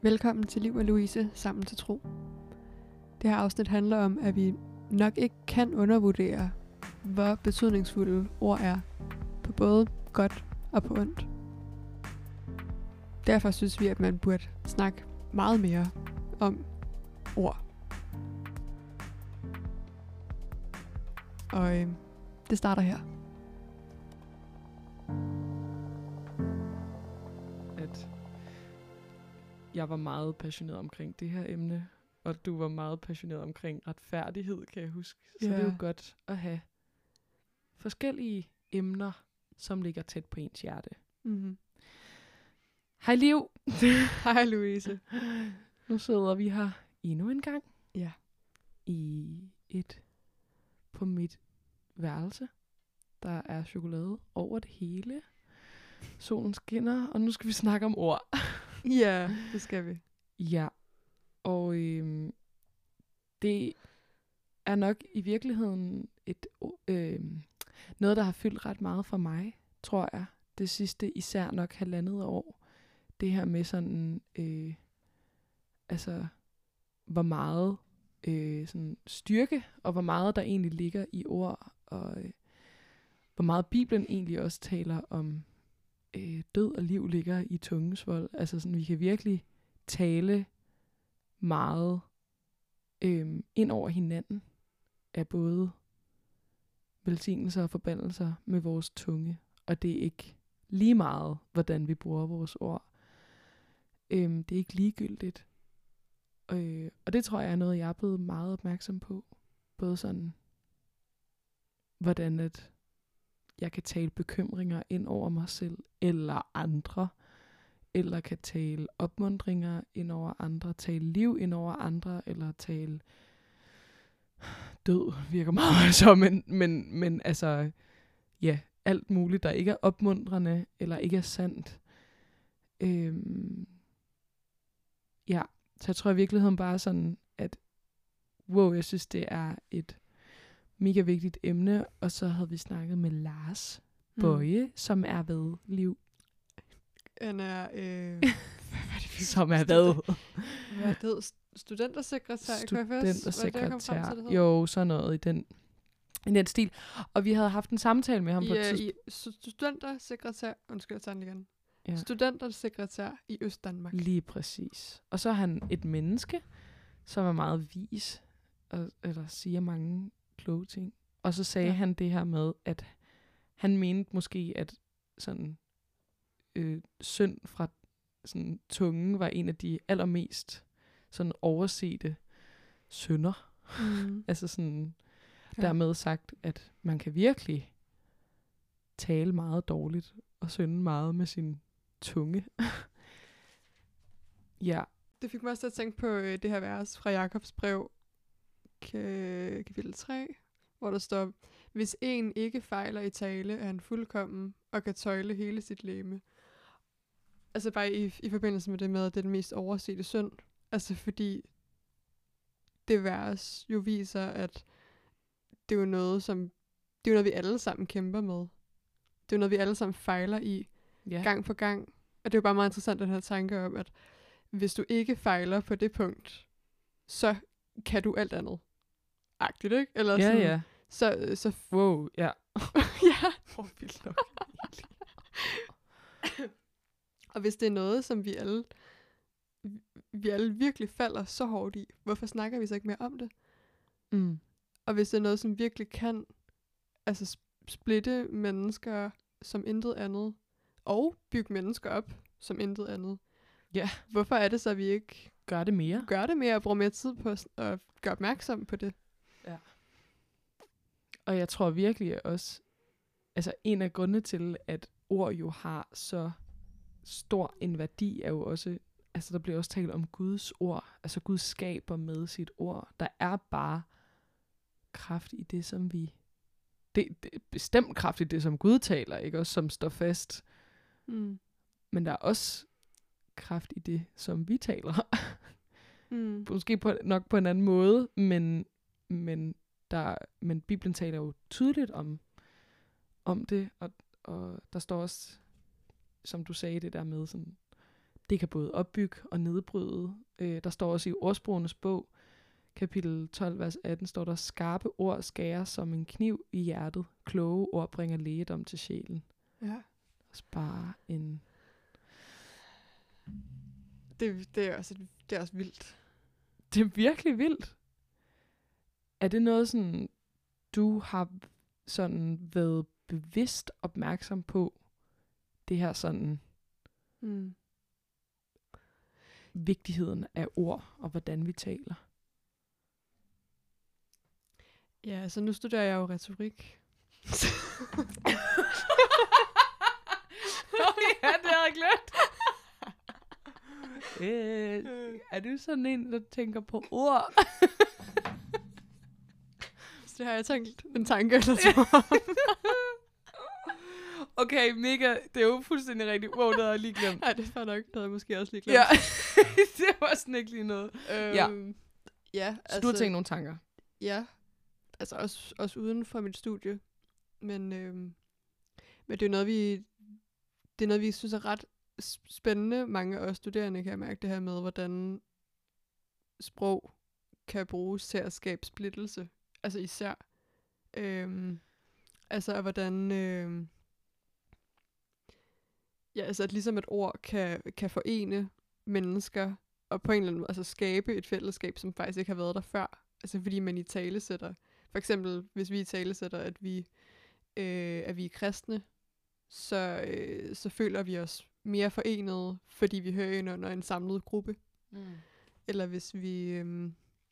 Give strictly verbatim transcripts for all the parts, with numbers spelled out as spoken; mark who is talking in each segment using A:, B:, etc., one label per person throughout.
A: Velkommen til Liv og Louise sammen til tro. Det her afsnit handler om, at vi nok ikke kan undervurdere, hvor betydningsfulde ord er, på både godt og på ondt. Derfor synes vi, at man burde snakke meget mere om ord. Og øh, det starter her.
B: At jeg var meget passioneret omkring det her emne, og du var meget passioneret omkring retfærdighed, kan jeg huske. Så
A: Ja.
B: det er jo godt at have forskellige emner, som ligger tæt på ens hjerte.
A: Mm-hmm.
B: Hej Liv!
A: Hej Louise.
B: Nu sidder vi her endnu en gang.
A: Ja.
B: I et på mit værelse. Der er chokolade over det hele. Solen skinner, og nu skal vi snakke om ord.
A: Ja, det skal vi.
B: Ja, og øhm, det er nok i virkeligheden et øhm, noget, der har fyldt ret meget for mig, tror jeg. Det sidste især nok halvandet år. Det her med sådan, øh, altså, hvor meget øh, sådan styrke, og hvor meget der egentlig ligger i ord, og øh, hvor meget Bibelen egentlig også taler om øh, død og liv ligger i tungens vold. Altså sådan, vi kan virkelig tale meget øh, ind over hinanden af både velsignelser og forbandelser med vores tunge. Og det er ikke lige meget, hvordan vi bruger vores ord. Øh, det er ikke ligegyldigt. Øh, og det tror jeg er noget, jeg er blevet meget opmærksom på. Både sådan, hvordan at jeg kan tale bekymringer ind over mig selv eller andre, eller kan tale opmundringer ind over andre, tale liv ind over andre, eller tale død, virker meget så, men, men, men altså, ja, alt muligt, der ikke er opmuntrende, eller ikke er sandt. Øhm, ja, så jeg tror i virkeligheden bare sådan, at wow, jeg synes, det er et mega vigtigt emne, og så havde vi snakket med Lars Bøje, mm. som er ved Liv.
A: Han er, øh, hvad var det,
B: som er hvad?
A: Hvad det studentersekretær i K F S?
B: Studentersekretær. Jo, sådan noget i den, i den stil. Og vi havde haft en samtale med ham
A: I,
B: på et tidspunkt.
A: I studentersekretær, undskyld, jeg tager den igen.
B: Ja.
A: Studentersekretær i Østdanmark.
B: Lige præcis. Og så er han et menneske, som er meget vis, og, eller siger mange kloge ting. Og så sagde ja. han det her med, at han mente måske, at sådan øh, synd fra sådan tungen var en af de allermest sådan oversete synder. Mm. altså sådan ja. dermed sagt, at man kan virkelig tale meget dårligt og synde meget med sin tunge. ja.
A: Det fik mig også til at tænke på øh, det her vers fra Jakobs brev, k- kapitel tre, hvor der står, hvis en ikke fejler i tale, er han fuldkommen og kan tøjle hele sit legeme. Altså bare i, i forbindelse med det med, at det er den mest oversete synd. Altså fordi det vers jo viser, at det er jo noget, som det er jo noget, vi alle sammen kæmper med. Det er jo noget, vi alle sammen fejler i yeah. gang på gang. Og det er jo bare meget interessant, den her tanke om, at hvis du ikke fejler på det punkt, så kan du alt andet. Agtigt, ikke? Eller
B: ja,
A: sådan,
B: ja.
A: Så, så f-
B: wow, ja.
A: ja.
B: Hvor vildt nok.
A: Og hvis det er noget, som vi alle, vi alle virkelig falder så hårdt i, hvorfor snakker vi så ikke mere om det?
B: Mm.
A: Og hvis det er noget, som virkelig kan altså splitte mennesker som intet andet, og bygge mennesker op som intet andet,
B: ja.
A: hvorfor er det så, at vi ikke
B: gør det mere?
A: Gør det mere og bruger mere tid på at gøre opmærksom på det.
B: Ja. Og jeg tror virkelig også, altså en af grundene til, at ord jo har så stor en værdi, er jo også, altså der bliver også talt om Guds ord, altså Gud skaber med sit ord. Der er bare kraft i det, som vi, det, det er bestemt kraft i det, som Gud taler, ikke også, som står fast.
A: Mm.
B: Men der er også kraft i det, som vi taler.
A: mm.
B: Måske på, nok på en anden måde, men, men, der, men Bibelen taler jo tydeligt om, om det, og, og der står også, som du sagde, det der med sådan, det kan både opbygge og nedbryde. Øh, der står også i ordsprogenes bog, kapitel tolv, vers atten, står der, skarpe ord skærer som en kniv i hjertet. Kloge ord bringer lægedom til sjælen.
A: Ja.
B: Også bare en...
A: Det, det, er også, det er også vildt.
B: Det er virkelig vildt. Er det noget, sådan, du har sådan været bevidst opmærksom på, det her sådan
A: Mm.
B: vigtigheden af ord, og hvordan vi taler?
A: Ja, altså nu studerer jeg jo retorik.
B: Oh, ja, det har jeg glemt. øh, er du sådan en, der tænker på ord?
A: Så det har jeg tænkt en tanke eller to.
B: Okay, mega. Det er jo fuldstændig rigtigt. Wow, det havde jeg lige glemt.
A: Nej, det var nok, det havde jeg måske også lige glemt.
B: Ja, det var sådan ikke lige noget.
A: Øhm,
B: Ja.
A: Ja,
B: Så
A: altså,
B: du har tænkt nogle tanker?
A: Ja, altså også, også uden for mit studie. Men, øhm, men det er jo noget, vi, det er noget, vi synes er ret spændende. Mange af os studerende kan jeg mærke det her med, hvordan sprog kan bruges til at skabe splittelse. Altså især. Øhm, altså, og hvordan... Øhm, ja, altså, at ligesom et ord kan, kan forene mennesker, og på en eller anden måde altså skabe et fællesskab, som faktisk ikke har været der før. Altså, fordi man i tale sætter. For eksempel, hvis vi i tale sætter, at vi, øh, at vi er kristne, så, øh, så føler vi os mere forenede, fordi vi hører ind under en samlet gruppe.
B: Mm.
A: Eller hvis vi... Øh,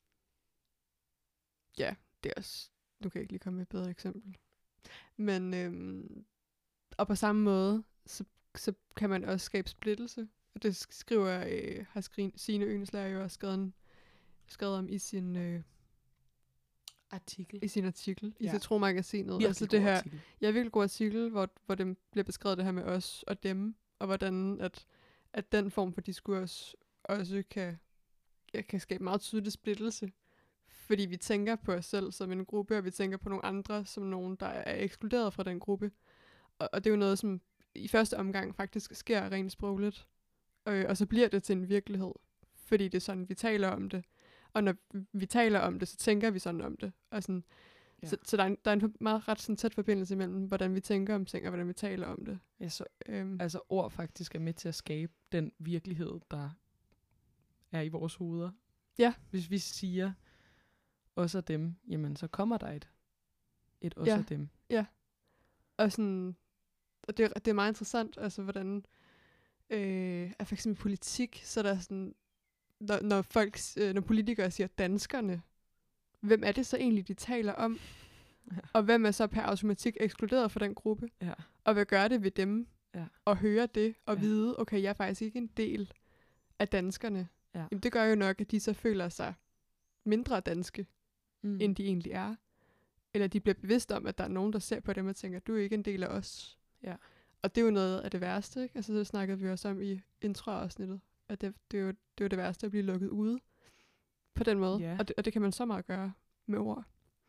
A: ja, det er også... Nu kan jeg ikke lige komme med et bedre eksempel. Men... Øh, og på samme måde, så, så kan man også skabe splittelse. Og det skriver... Øh, har skrin, Signe Øenslager jo også skrevet, en, skrevet om i sin... Øh,
B: Artikel.
A: I sin artikel. I
B: Ja.
A: Citron-magasinet.
B: Virkelig
A: Altså
B: god
A: det her...
B: artikel.
A: Ja, virkelig god artikel, hvor, hvor det bliver beskrevet det her med os og dem. Og hvordan at, at den form for diskurs også kan... Jeg kan skabe meget tydelig splittelse, fordi vi tænker på os selv som en gruppe, og vi tænker på nogle andre som nogen, der er ekskluderet fra den gruppe. Og, og det er jo noget, som i første omgang faktisk sker rent sprogligt, og, og så bliver det til en virkelighed, fordi det er sådan, vi taler om det. Og når vi taler om det, så tænker vi sådan om det. Og sådan,
B: Ja.
A: Så, så der er en, der er en meget ret sådan, tæt forbindelse mellem, hvordan vi tænker om ting, og hvordan vi taler om det.
B: Ja, så
A: Øhm,
B: altså ord faktisk er med til at skabe den virkelighed, der er i vores hoveder.
A: Ja.
B: Hvis vi siger os og dem, jamen så kommer der et, et os
A: Ja.
B: og dem.
A: Og sådan, og det, er- det er meget interessant, altså hvordan, øh, at for eksempel politik, så er der sådan, når, når folk, øh, når politikere siger danskerne, hvem er det så egentlig, de taler om?
B: Ja.
A: Og hvem er så per automatik ekskluderet fra den gruppe?
B: Ja.
A: Og hvad gør det ved dem?
B: Ja.
A: At høre det, og
B: Ja.
A: vide, okay, jeg er faktisk ikke en del af danskerne.
B: Ja.
A: Jamen, det gør jo nok, at de så føler sig mindre danske,
B: Mm.
A: end de egentlig er. Eller de bliver bevidst om, at der er nogen, der ser på dem og tænker, du er ikke en del af os.
B: Ja.
A: Og det er jo noget af det værste, ikke? Altså det snakkede vi også om i introafsnittet, at det, det, er jo, det er jo det værste at blive lukket ude på den måde.
B: Ja.
A: Og, det, og det kan man så meget gøre med ord.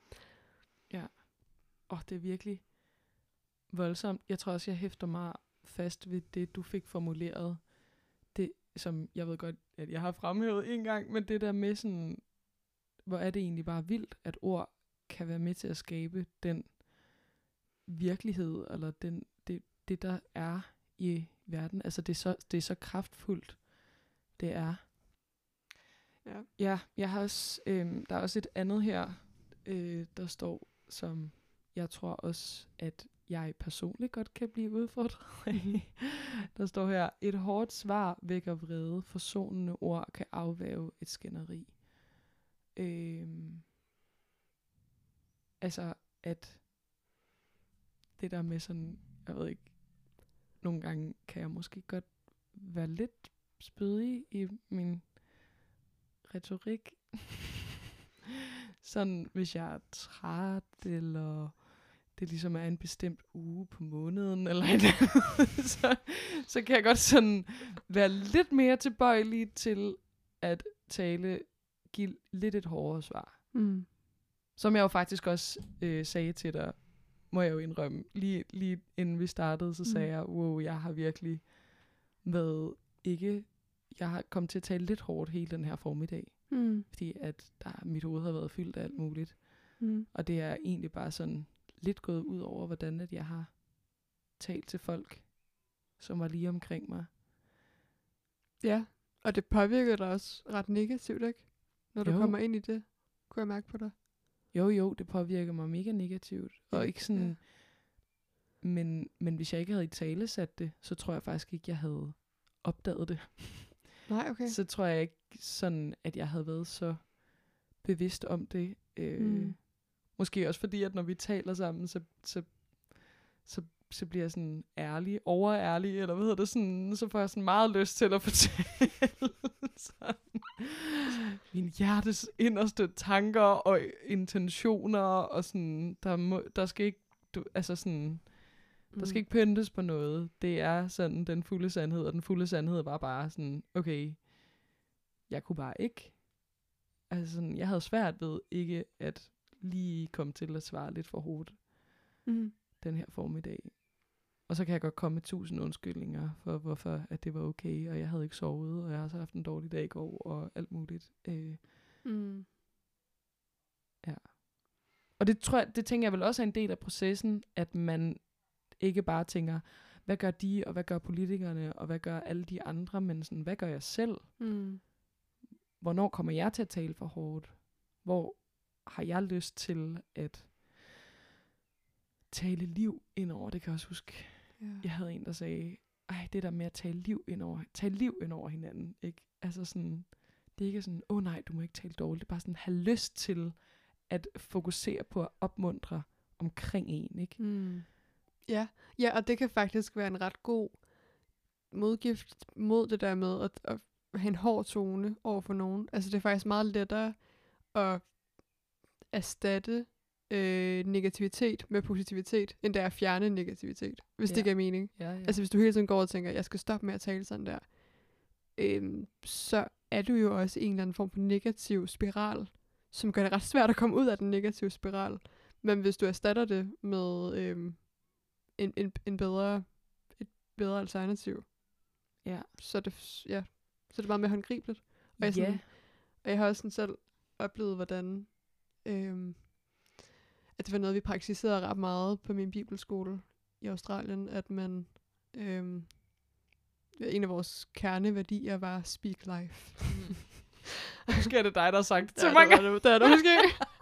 B: Åh, oh, det er virkelig voldsomt. Jeg tror også, jeg hæfter mig fast ved det, du fik formuleret. Det, som jeg ved godt, at jeg har fremhævet en gang, men det der med sådan, hvor er det egentlig bare vildt, at ord kan være med til at skabe den virkelighed, eller den, det, det, der er i verden. Altså, det er så, det er så kraftfuldt, det er.
A: Ja.
B: Ja, jeg har også, øh, der er også et andet her, øh, der står, som jeg tror også, at jeg personligt godt kan blive udfordret af. Der står her, et hårdt svar vækker vrede, forsonende ord kan afværge et skænderi. Øhm, altså, at det der med sådan, jeg ved ikke, nogle gange kan jeg måske godt være lidt spydig i min retorik. Sådan, hvis jeg er træt, eller det ligesom er en bestemt uge på måneden, eller et andet, så, så kan jeg godt sådan være lidt mere tilbøjelig til at tale, give lidt et hårdere svar.
A: Mm.
B: Som jeg jo faktisk også øh, sagde til dig, må jeg jo indrømme, lige, lige inden vi startede, så sagde
A: Mm.
B: jeg, wow, jeg har virkelig været ikke jeg har kommet til at tale lidt hårdt hele den her formiddag.
A: Mm.
B: Fordi at der, mit hoved har været fyldt af alt muligt.
A: Mm.
B: Og det er egentlig bare sådan lidt gået ud over, hvordan at jeg har talt til folk, som var lige omkring mig.
A: Ja, og det påvirker dig også ret negativt, ikke? Når du
B: Jo.
A: kommer ind i det, kunne jeg mærke på dig.
B: Jo, jo, det påvirker mig mega negativt. Og
A: Ja,
B: ikke sådan...
A: ja.
B: Men, men hvis jeg ikke havde i tale sat det, så tror jeg faktisk ikke, jeg havde opdaget det.
A: Nej, okay.
B: Så tror jeg ikke sådan, at jeg havde været så bevidst om det. Øh,
A: Mm.
B: Måske også fordi, at når vi taler sammen, så, så, så, så bliver jeg sådan ærlig, overærlig, eller hvad hedder det, sådan, så får jeg sådan meget lyst til at fortælle sådan, min hjertes inderste tanker og intentioner, og sådan, der, må, der skal ikke, du, altså sådan, der skal ikke pyntes på noget. Det er sådan den fulde sandhed, og den fulde sandhed var bare sådan, okay, jeg kunne bare ikke. Altså sådan, jeg havde svært ved ikke at lige komme til at svare lidt for hårdt
A: Mm.
B: den her formiddag. Og så kan jeg godt komme med tusind undskyldninger for, hvorfor at det var okay, og jeg havde ikke sovet, og jeg har så haft en dårlig dag i går, og alt muligt. Øh,
A: Mm.
B: ja. Og det tror jeg, det tænker jeg vel også er en del af processen, at man ikke bare tænker, hvad gør de, og hvad gør politikerne, og hvad gør alle de andre, men sådan, hvad gør jeg selv?
A: Mm.
B: Hvornår kommer jeg til at tale for hårdt? Hvor har jeg lyst til at tale liv ind over? Det kan jeg også huske.
A: Ja.
B: Jeg havde en, der sagde, ej, det der med at tale liv ind over, tale liv ind over hinanden, ikke? Altså sådan, det er ikke sådan, åh oh, nej, du må ikke tale dårligt. Det er bare sådan, have lyst til at fokusere på at opmuntre omkring en, ikke?
A: Mm. Ja. Ja, og det kan faktisk være en ret god modgift mod det der med at, at have en hård tone over for nogen. Altså det er faktisk meget lettere at erstatte øh, negativitet med positivitet, end det er at fjerne negativitet, hvis
B: Ja.
A: det giver mening.
B: Ja, ja.
A: Altså hvis du hele tiden går og tænker, jeg skal stoppe med at tale sådan der, øhm, så er du jo også i en eller anden form for negativ spiral, som gør det ret svært at komme ud af den negative spiral. Men hvis du erstatter det med øhm, en, en, en bedre, et bedre alternativ,
B: ja.
A: så er det, ja, så er det meget mere håndgribeligt. Og jeg,
B: Ja.
A: sådan, og jeg har også sådan selv oplevet, hvordan øhm, at det var noget, vi praktiserede ret meget på min bibelskole i Australien, at man øhm, en af vores kerneværdier var speak life.
B: Måske er det dig, der har sagt det til
A: Ja,
B: mig.
A: det var det, det er det måske.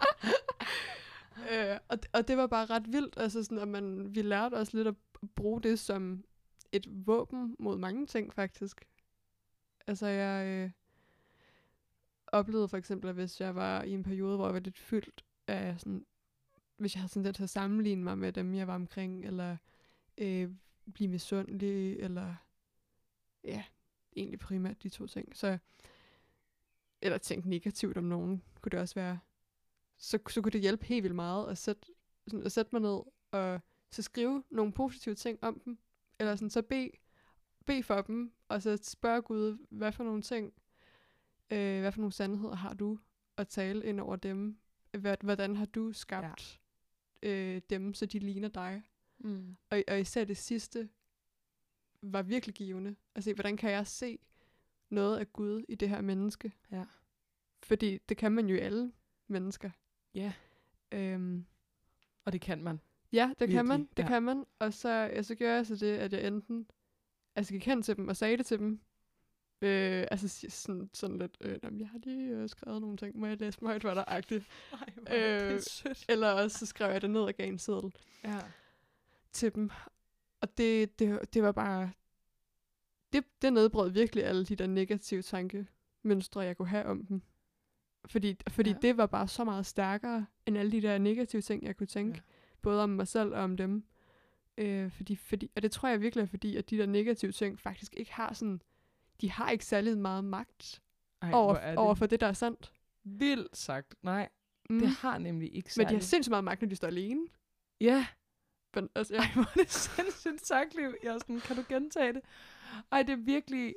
A: øh, og, og det var bare ret vildt, altså sådan, at man, vi lærte også lidt at bruge det som et våben mod mange ting, faktisk. Altså, jeg øh, oplevede for eksempel, at hvis jeg var i en periode, hvor jeg var lidt fyldt af sådan, hvis jeg havde sådan lidt til at sammenligne mig med dem, jeg var omkring, eller øh, blive misundelig, eller ja, egentlig primært de to ting. Så, eller tænke negativt om nogen, kunne det også være. Så, så kunne det hjælpe helt vildt meget at sætte, sådan, at sætte mig ned og så skrive nogle positive ting om dem, eller sådan, så bede be for dem, og så spørge Gud, hvad for nogle ting, øh, hvad for nogle sandheder har du at tale ind over dem? Hvad, hvordan har du skabt ja. øh, dem, så de ligner dig?
B: Mm.
A: Og, og især det sidste var virkelig givende. Altså, hvordan kan jeg se noget af Gud i det her menneske?
B: Ja.
A: Fordi det kan man jo i alle mennesker.
B: Ja.
A: Øhm,
B: Og det kan man.
A: ja, det
B: Virkelig,
A: kan man. Det
B: ja.
A: kan man. Og så, ja, så gjorde jeg så det, at jeg enten altså gik hen til dem og sagde det til dem. Øh, altså si- sådan, sådan lidt, øh, jamen, jeg har lige øh, skrevet nogle ting, må jeg læse mig højt, hvad der er agtigt.
B: Ej, hvor er det
A: Øh,
B: sødt.
A: Eller også så skrev jeg det ned og gav en seddel
B: Ja.
A: til dem. Og det, det, det var bare, det, det nedbrød virkelig alle de der negative tankemønstre, jeg kunne have om dem. Fordi, fordi
B: Ja.
A: ja. det var bare så meget stærkere, end alle de der negative ting, jeg kunne tænke.
B: Ja.
A: Både om mig selv og om dem. Øh, fordi, fordi, og det tror jeg virkelig er fordi, at de der negative ting faktisk ikke har sådan, de har ikke særlig meget magt
B: Ej,
A: over,
B: hvor er det
A: over for det, der er sandt.
B: vildt sagt. Nej,
A: Mm.
B: det har nemlig ikke
A: Men
B: særlig.
A: de har sindssygt meget magt, når de står alene.
B: Ja.
A: Men, altså, ja.
B: Ej, hvor er det sindssygt sagt, Liv. Jeg er sådan, kan du gentage det? Ej, det er virkelig...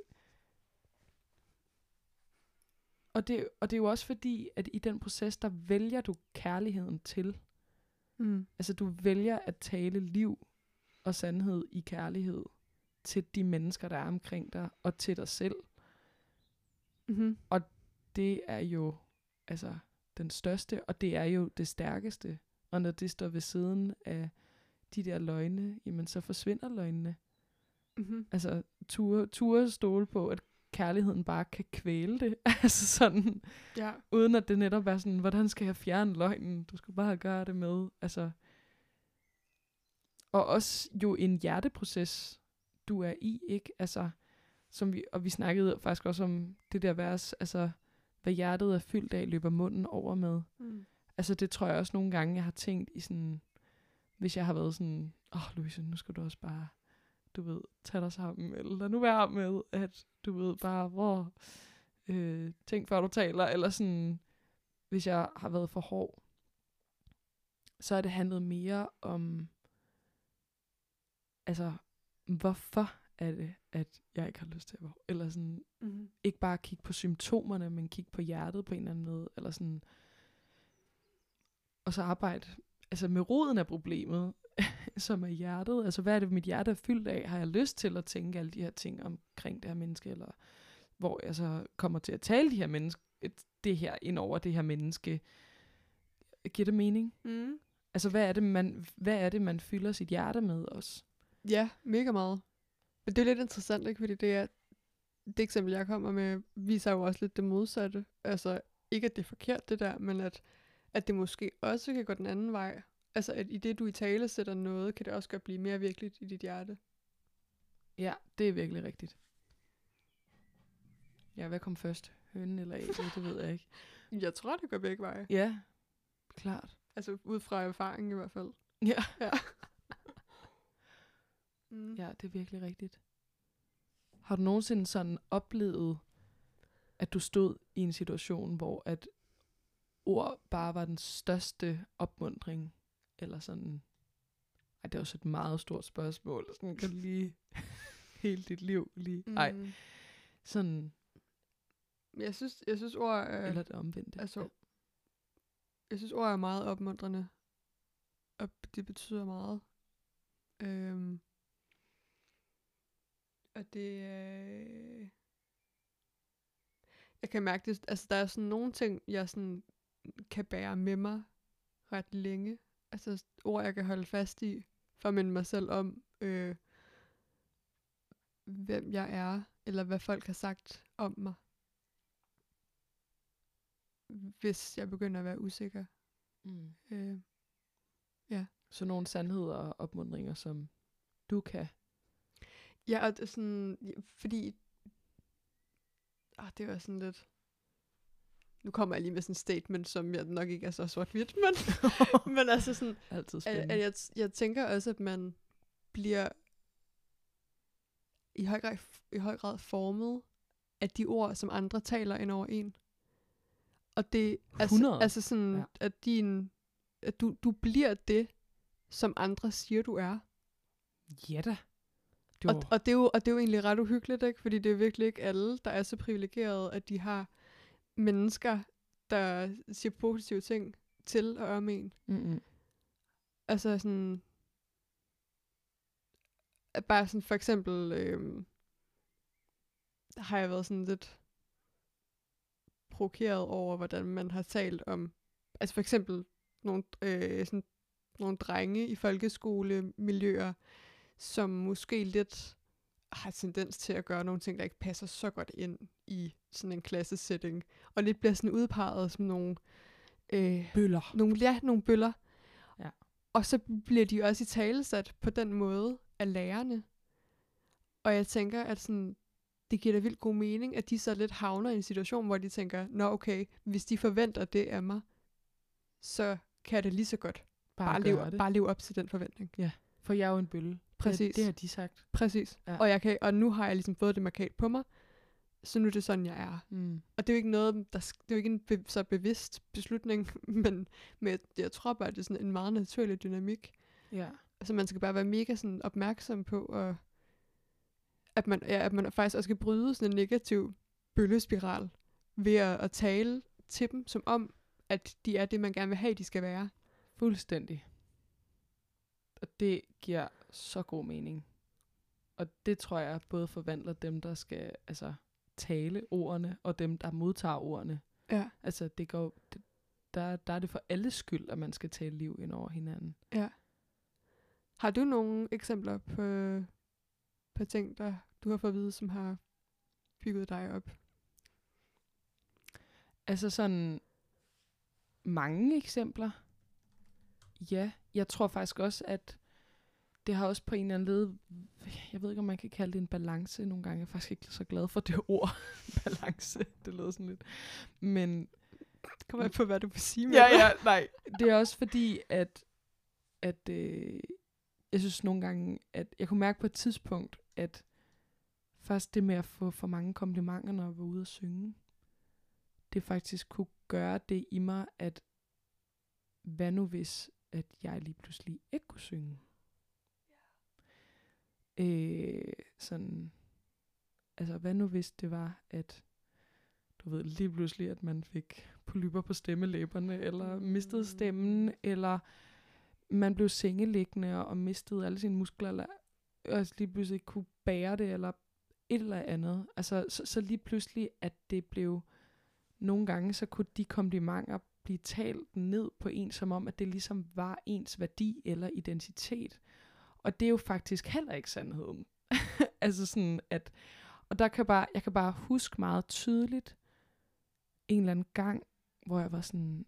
B: Og det, og det er jo også fordi, at i den proces, der vælger du kærligheden til.
A: Mm.
B: Altså, du vælger at tale liv og sandhed i kærlighed til de mennesker, der er omkring dig, og til dig selv.
A: Mm-hmm.
B: Det er jo altså den største, og det er jo det stærkeste. Og når det står ved siden af de der løgne, jamen så forsvinder løgnene.
A: Mm-hmm.
B: Altså ture, ture stole på, at kærligheden bare kan kvæle det. altså sådan,
A: Ja.
B: uden at det netop er sådan, hvordan skal jeg fjerne løgnen? Du skal bare gøre det med. Altså, og også jo en hjerteproces, du er i, ikke? Altså, som vi, og vi snakkede faktisk også om det der vers, altså, hvad hjertet er fyldt af, løber munden over med.
A: Mm.
B: Altså, det tror jeg også nogle gange, jeg har tænkt i sådan, hvis jeg har været sådan, åh, oh, Louise, nu skal du også bare, du ved, tage dig sammen, eller lad nu være med, at du ved bare, hvor, øh, tænk før du taler, eller sådan, hvis jeg har været for hård, så har det handlet mere om, altså, hvorfor er det, at jeg ikke har lyst til at være hård? Eller sådan,
A: Mm-hmm.
B: ikke bare kigge på symptomerne, men kigge på hjertet på en eller anden måde, eller sådan, og så arbejde, altså med roden af problemet, som er hjertet, altså hvad er det, mit hjerte er fyldt af? Har jeg lyst til at tænke alle de her ting omkring det her menneske, eller hvor jeg så kommer til at tale de her menneske, det her ind over det her menneske? Giver det mening?
A: Mm.
B: Altså hvad er det, man, hvad er det, man fylder sit hjerte med også?
A: Ja, mega meget. Men det er lidt interessant, ikke? Fordi det er, det eksempel, jeg kommer med, viser jo også lidt det modsatte. Altså, ikke at det er forkert, det der, men at, at det måske også kan gå den anden vej. Altså, at i det, du i tale sætter noget, kan det også godt blive mere virkeligt i dit hjerte.
B: Ja, det er virkelig rigtigt. Ja, hvad kom først? Hønen eller ægget? Det ved jeg ikke.
A: Jeg tror, det går begge veje.
B: Ja, klart.
A: Altså, ud fra erfaring i hvert fald.
B: Ja.
A: Ja. mm.
B: Ja, det er virkelig rigtigt. Har du nogensinde sådan oplevet, at du stod i en situation, hvor at ord bare var den største opmuntring? Eller sådan, ej, det er også et meget stort spørgsmål. Sådan kan du lige hele dit liv lige, nej,
A: Mm.
B: sådan,
A: Jeg synes, jeg synes ord er,
B: eller det omvendte.
A: altså,
B: Ja.
A: jeg synes ord er meget opmuntrende. Og det betyder meget. Øhm. Og det øh... jeg kan mærke det, altså der er sådan nogle ting, jeg sådan kan bære med mig ret længe. Altså ord, jeg kan holde fast i, for at minde mig selv om, øh, hvem jeg er, eller hvad folk har sagt om mig. Hvis jeg begynder at være usikker.
B: Mm.
A: Øh,
B: Så nogle sandheder og opmuntringer, som du kan.
A: ja, og det er sådan, ja, fordi, ah, det var sådan lidt, nu kommer jeg lige med sådan en statement, som jeg nok ikke er så sort-hvidt, men, men altså sådan,
B: Altid
A: at,
B: spændende.
A: at jeg, jeg tænker også, at man bliver i høj grad, i høj grad formet af de ord, som andre taler ind over en. Og det altså,
B: hundrede
A: altså sådan,
B: Ja.
A: ja. at, din, at du, du bliver det, som andre siger, du er.
B: Ja da. Du,
A: Og, og, det er jo, og det er jo egentlig ret uhyggeligt, ikke? Fordi det er virkelig ikke alle, der er så privilegerede, at de har mennesker, der siger positive ting til og om en.
B: Mm-mm.
A: Altså sådan, at bare sådan for eksempel, øhm, har jeg været sådan lidt provokeret over, hvordan man har talt om, altså for eksempel nogle, øh, sådan, nogle drenge i folkeskolemiljøer, som måske lidt har tendens til at gøre nogle ting, der ikke passer så godt ind i sådan en klassesætning, og lidt bliver sådan udpeget som nogle, øh,
B: Bøller.
A: nogle, ja, nogle bøller.
B: Ja.
A: Og så bliver de også i talesat på den måde af lærerne. Og jeg tænker, at sådan, det giver da vildt god mening, at de så lidt havner i en situation, hvor de tænker, nå okay, hvis de forventer det af mig, så kan jeg det lige så godt
B: Bare,
A: bare,
B: bare
A: leve,
B: det.
A: bare leve op til den forventning.
B: For jeg er jo en bølle.
A: Præcis.
B: Det, det har de sagt.
A: Præcis.
B: Ja.
A: Ja. Og, jeg kan, og nu har jeg ligesom fået det markat på mig, så nu er det sådan, jeg er.
B: Mm.
A: Og det er jo ikke noget, der, det er jo ikke en be, så bevidst beslutning, men, men jeg, jeg tror bare, at det er sådan en meget naturlig dynamik.
B: Ja.
A: Altså man skal bare være mega sådan opmærksom på, og at man, ja, at man faktisk også skal bryde sådan en negativ bøllespiral, ved at, at tale til dem, som om, at de er det, man gerne vil have, de skal være.
B: Fuldstændig. Og det giver så god mening. Og det tror jeg både forvandler dem, der skal, altså tale ordene, og dem, der modtager ordene.
A: Ja.
B: Altså, det går, det, der, der er det for alles skyld, at man skal tale liv ind over hinanden.
A: Ja. Har du nogle eksempler på, på ting, der du har fået at vide, som har bygget dig op?
B: Altså sådan mange eksempler. Ja, jeg tror faktisk også, at det har også på en eller anden led, jeg ved ikke, om man kan kalde det en balance nogle gange. Jeg er faktisk ikke så glad for det ord, balance. Det lyder sådan lidt. Men
A: det kommer på, hvad du vil sige med
B: ja, ja, nej. Det er også fordi, at, at øh, jeg synes nogle gange, at jeg kunne mærke på et tidspunkt, at først det med at få for mange komplimenter, når jeg var ude at synge, det faktisk kunne gøre det i mig, at hvad nu hvis, at jeg lige pludselig ikke kunne synge? Øh, sådan, altså hvad nu hvis det var, at du ved lige pludselig, at man fik polypper på stemmelæberne, eller mistede stemmen, eller man blev sengeliggende og mistede alle sine muskler, eller altså lige pludselig ikke kunne bære det, eller et eller andet. Altså så, så lige pludselig, at det blev, nogle gange så kunne de komplimenter blive talt ned på en, som om, at det ligesom var ens værdi eller identitet. Og det er jo faktisk heller ikke sandheden. altså sådan, at, og der kan bare, jeg kan bare huske meget tydeligt, en eller anden gang, hvor jeg var sådan,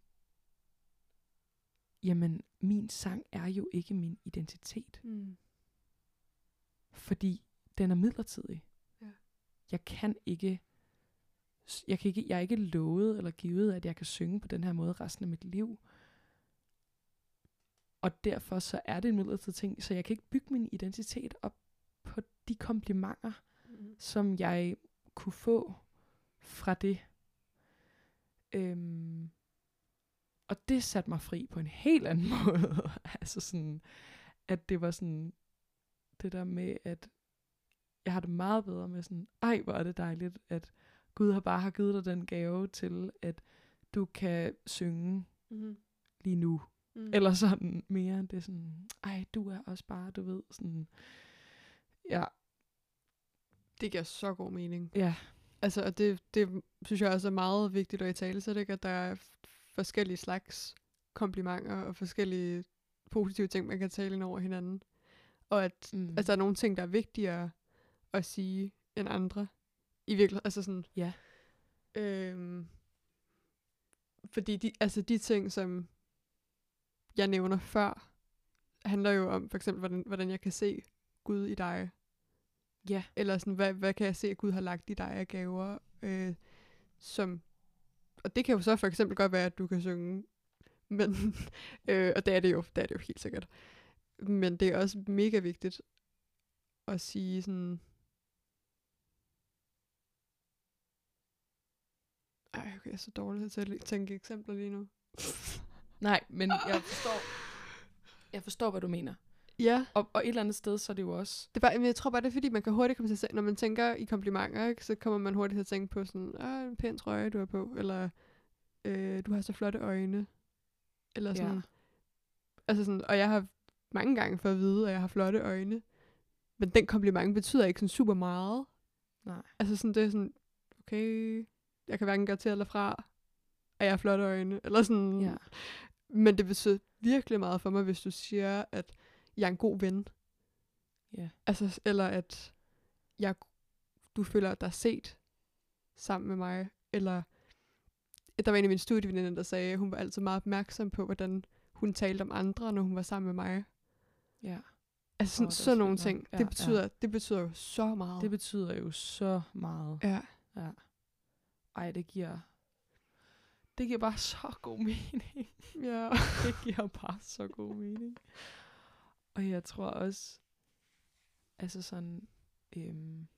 B: jamen, min sang er jo ikke min identitet.
A: Mm.
B: Fordi den er midlertidig.
A: Ja.
B: Jeg kan ikke, jeg kan ikke, jeg er ikke lovet eller givet, at jeg kan synge på den her måde resten af mit liv. Og derfor så er det en midlertidig ting, så jeg kan ikke bygge min identitet op på de komplimenter,
A: Mm.
B: som jeg kunne få fra det. Øhm, og det satte mig fri på en helt anden måde. altså sådan, at det var sådan, det der med, at jeg har det meget bedre med sådan, ej hvor er det dejligt, at Gud har bare har givet dig den gave til, at du kan synge
A: Mm.
B: lige nu.
A: Mm.
B: Eller sådan mere, det er sådan, ej, du er også bare, du ved, sådan, ja.
A: Det giver så god mening.
B: Ja.
A: Altså, og det, det synes jeg også er meget vigtigt at italesætte, ikke? At der er f- forskellige slags komplimenter og forskellige positive ting, man kan tale ind over hinanden. Og at
B: Mm.
A: altså, der er nogle ting, der er vigtigere at sige end andre. I virkeligheden, altså sådan.
B: Ja.
A: Øhm, fordi de, altså de ting, som jeg nævner før, handler jo om for eksempel, hvordan, hvordan jeg kan se Gud i dig.
B: Ja.
A: Eller sådan, hvad, hvad kan jeg se, at Gud har lagt i dig af gaver, øh, som, og det kan jo så for eksempel godt være, at du kan synge, men, øh, og det er det jo, det er det jo helt sikkert. Men det er også mega vigtigt at sige sådan, ej, okay, jeg er så dårlig til at tænke eksempler lige nu.
B: Nej, men jeg forstår, jeg forstår, hvad du mener.
A: Ja.
B: Og, og et eller andet sted, så er det jo også...
A: Det er bare, men jeg tror bare, det er fordi, man kan hurtigt komme til at, når man tænker i komplimenter, ikke, så kommer man hurtigt til at tænke på sådan, ah, en pæn trøje, du har på, eller øh, du har så flotte øjne, eller sådan.
B: Ja.
A: Altså sådan, og jeg har mange gange fået at vide, at jeg har flotte øjne, men den kompliment betyder ikke sådan super meget.
B: Nej.
A: Altså sådan, det er sådan, okay, jeg kan hverken gøre til eller fra, at jeg har flotte øjne, eller sådan.
B: Ja.
A: Men det betyder virkelig meget for mig, hvis du siger, at jeg er en god ven.
B: Ja.
A: Altså, eller at jeg, du føler dig set sammen med mig. Eller der var en af mine studieveninder, der sagde, at hun var altid meget opmærksom på, hvordan hun talte om andre, når hun var sammen med mig.
B: Ja.
A: Altså sådan,
B: Åh, det er
A: sådan nogle
B: fint
A: ting.
B: nok. Ja,
A: det, betyder,
B: ja.
A: det betyder jo så meget.
B: Det betyder jo så meget.
A: Ja.
B: Ja. Ej, det giver... Det giver bare så god mening.
A: Ja.
B: Det giver bare så god mening. Og jeg tror også, altså sådan, øhm,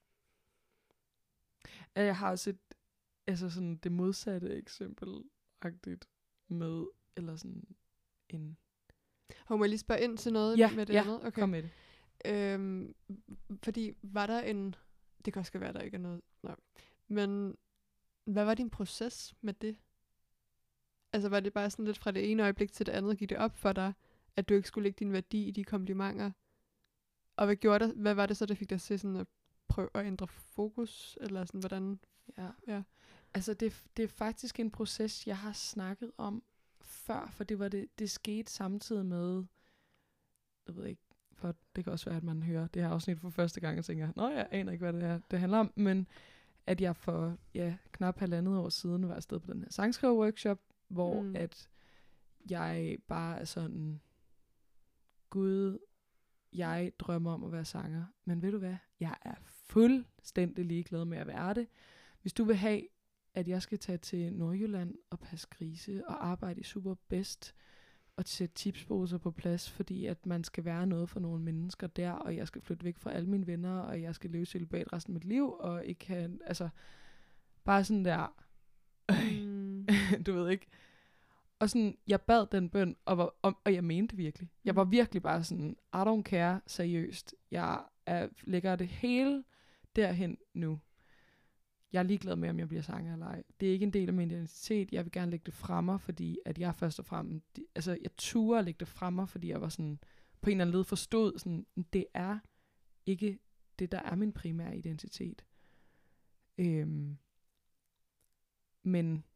B: at jeg har også et, altså sådan det modsatte eksempel-agtigt med, eller sådan en...
A: Har må jeg lige spørge ind til noget
B: Ja,
A: med det
B: ja,
A: andet? Okay.
B: kom med det.
A: Øhm, fordi var der en... Det kan også være, der ikke er noget... Nej. Men hvad var din proces med det? Altså var det bare sådan lidt fra det ene øjeblik til det andet, gik det op for dig, at du ikke skulle lægge din værdi i de komplimenter? Og hvad gjorde det? Hvad var det så, der fik dig til sådan at prøve at ændre fokus, eller sådan, hvordan...
B: Ja.
A: Ja.
B: Altså, det, det er faktisk en proces, jeg har snakket om før, for det var det, det skete samtidig med, jeg ved ikke, for det kan også være, at man hører det her afsnit for første gang og tænker, nå, jeg aner ikke, hvad det her det handler om, men at jeg for ja, knap halvandet år siden var afsted på den her sangskriver-workshop, hvor mm. at jeg bare er sådan, Gud, jeg drømmer om at være sanger, men ved du hvad, jeg er fuldstændig ligeglad med at være det. Hvis du vil have, at jeg skal tage til Nordjylland og passe grise og arbejde i Superbest og sætte tipsposer på plads, fordi at man skal være noget for nogle mennesker der, og jeg skal flytte væk fra alle mine venner, og jeg skal leve celibat resten af mit liv, og ikke have, altså, bare sådan der, mm. du ved ikke. Og sådan, jeg bad den bøn, og, var, og, og jeg mente det virkelig. Jeg var virkelig bare sådan, I don't care, seriøst. Jeg er, lægger det hele derhen nu. Jeg er ligeglad med, om jeg bliver sanger eller ej. Det er ikke en del af min identitet. Jeg vil gerne lægge det fremme, fordi at jeg først og fremmest, altså jeg turde at lægge det fremme, fordi jeg var sådan, på en eller anden led forstod, sådan, det er ikke det, der er min primære identitet. Øhm, men,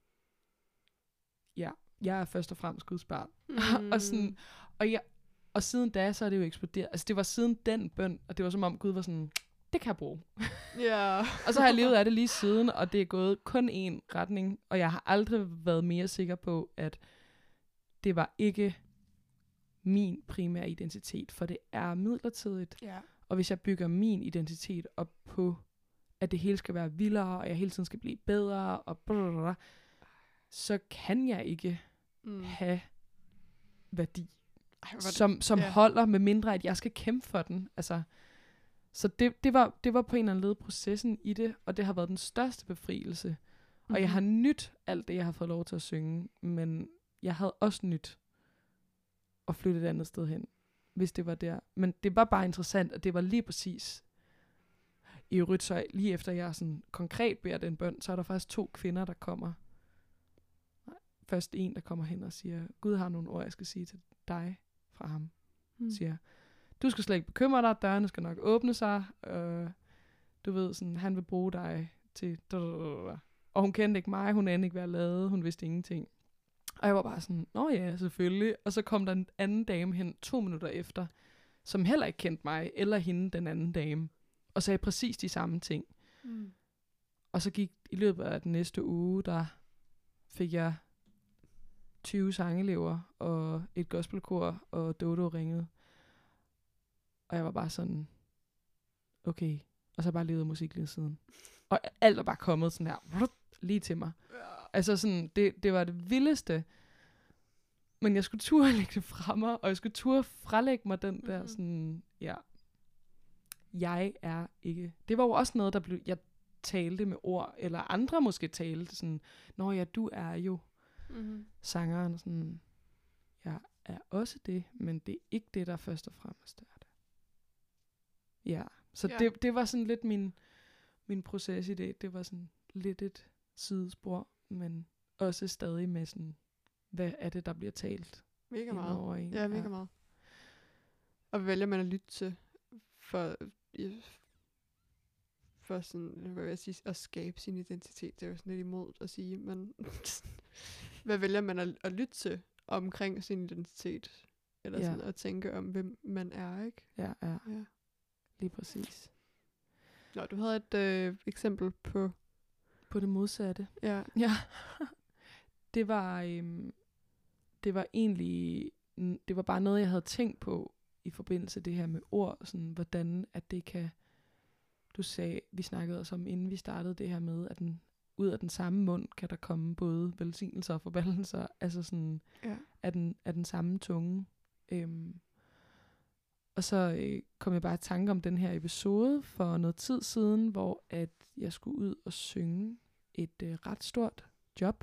B: ja, jeg er først og fremmest Guds barn. Mm. og, sådan, og, jeg, og siden da, så er det jo eksploderet. Altså det var siden den bøn, og det var som om Gud var sådan, det kan jeg bruge.
A: Yeah.
B: Og så har jeg levet af det lige siden, og det er gået kun én retning, og jeg har aldrig været mere sikker på, at det var ikke min primære identitet, for det er midlertidigt.
A: Yeah.
B: Og hvis jeg bygger min identitet op på, at det hele skal være vildere, og jeg hele tiden skal blive bedre, og blablabla, så kan jeg ikke mm. have værdi, Ej, som, som yeah. holder, med mindre at jeg skal kæmpe for den. Altså, så det, det, var, det var på en eller anden led processen i det, og det har været den største befrielse. Mm-hmm. Og jeg har nydt alt det, jeg har fået lov til at synge, men jeg havde også nydt at flytte et andet sted hen, hvis det var der. Men det var bare interessant, og det var lige præcis i øvrigt, så lige efter jeg sådan konkret beder den bøn, så er der faktisk to kvinder, der kommer. Nej, først en, der kommer hen og siger, Gud har nogle ord, jeg skal sige til dig fra ham. Mm. Siger, du skal slet ikke bekymre dig, dørene skal nok åbne sig, øh, du ved, sådan, han vil bruge dig til, og hun kendte ikke mig, hun anede ikke, hvad jeg lavede, hun vidste ingenting. Og jeg var bare sådan, nå ja, selvfølgelig. Og så kom der en anden dame hen to minutter efter, som heller ikke kendte mig, eller hende, den anden dame, og sagde præcis de samme ting. Mm. Og så gik i løbet af den næste uge, der fik jeg tyve sangelever, og et gospelkor, og Dodo ringede. Og jeg var bare sådan, okay. Og så bare levet musik lige siden. Og alt er bare kommet sådan her, lige til mig. Ja. Altså sådan, det, det var det vildeste. Men jeg skulle turde lægge det fra mig, og jeg skulle turde frelægge mig den mm-hmm. der sådan, ja. Jeg er ikke. Det var jo også noget, der blev, jeg talte med ord, eller andre måske talte sådan, nå ja, du er jo mm-hmm. sangeren. Sådan, jeg er også det, men det er ikke det, der først og fremmest er det. Ja, så ja. Det, det var sådan lidt min, min proces i det. Det var sådan lidt et sidespor, men også stadig med sådan, hvad er det, der bliver talt?
A: Mega meget. En. Ja, mega ja. meget. Og hvad vælger man at lytte til for, for sådan, hvad vil jeg sige, at skabe sin identitet? Det er jo sådan lidt imod at sige, men hvad vælger man at, at lytte til omkring sin identitet? Eller ja. sådan at tænke om, hvem man er, ikke?
B: Ja, ja. ja. Lige præcis.
A: Nå, du havde et øh, eksempel på...
B: På det modsatte.
A: Ja.
B: Ja. det var... Øhm, det var egentlig... Det var bare noget, jeg havde tænkt på i forbindelse med det her med ord. Sådan, hvordan at det kan... Du sagde... Vi snakkede også om, inden vi startede det her med, at den, ud af den samme mund kan der komme både velsignelser og forbandelser. Altså sådan... Ja. Af, den, af den samme tunge. Øhm, Og så øh, kom jeg bare i tanke om den her episode for noget tid siden, hvor at jeg skulle ud og synge et øh, ret stort job.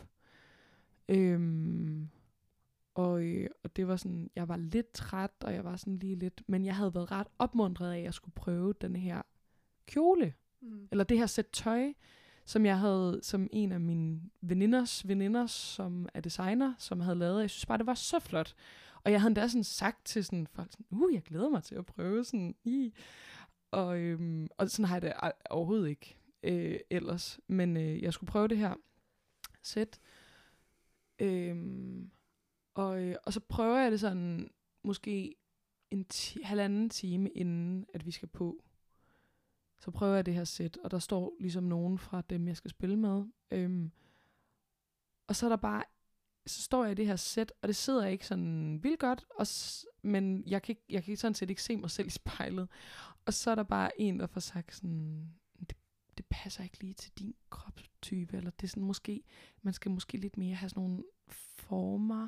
B: Øhm, og, øh, og det var sådan, jeg var lidt træt, og jeg var sådan lige lidt, men jeg havde været ret opmuntret af, at jeg skulle prøve den her kjole, mm. eller det her sæt tøj, som jeg havde, som en af mine veninders veninder, som er designer, som havde lavet. Jeg synes bare, det var så flot. Og jeg havde endda sådan sagt til sådan folk, sådan, uh, jeg glæder mig til at prøve sådan, i. Og, øhm, og sådan har jeg det a- overhovedet ikke øh, ellers. Men øh, jeg skulle prøve det her sæt. Øhm, og, øh, og så prøver jeg det sådan måske en ti- halvanden time inden, at vi skal på. Så prøver jeg det her sæt, og der står ligesom nogen fra dem, jeg skal spille med. Øhm, og så er der bare, så står jeg i det her sæt, og det sidder ikke sådan vildt godt, og s- men jeg kan, ikke, jeg kan sådan set ikke se mig selv i spejlet. Og så er der bare en, der får sagt sådan, det, det passer ikke lige til din kropstype, eller det er sådan måske, man skal måske lidt mere have sådan nogle former.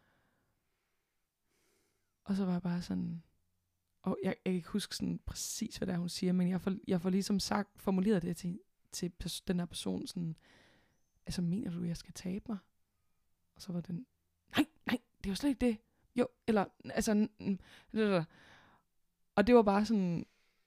B: Og så var jeg bare sådan, og jeg, jeg kan ikke huske sådan præcis, hvad det er, hun siger, men jeg får, jeg får ligesom sagt, formuleret det til, til pers- den her person sådan, altså mener du, jeg skal tabe mig? Og så var den, nej, nej, det er jo slet ikke det. Jo, eller, altså, n- n- n- og det var bare sådan,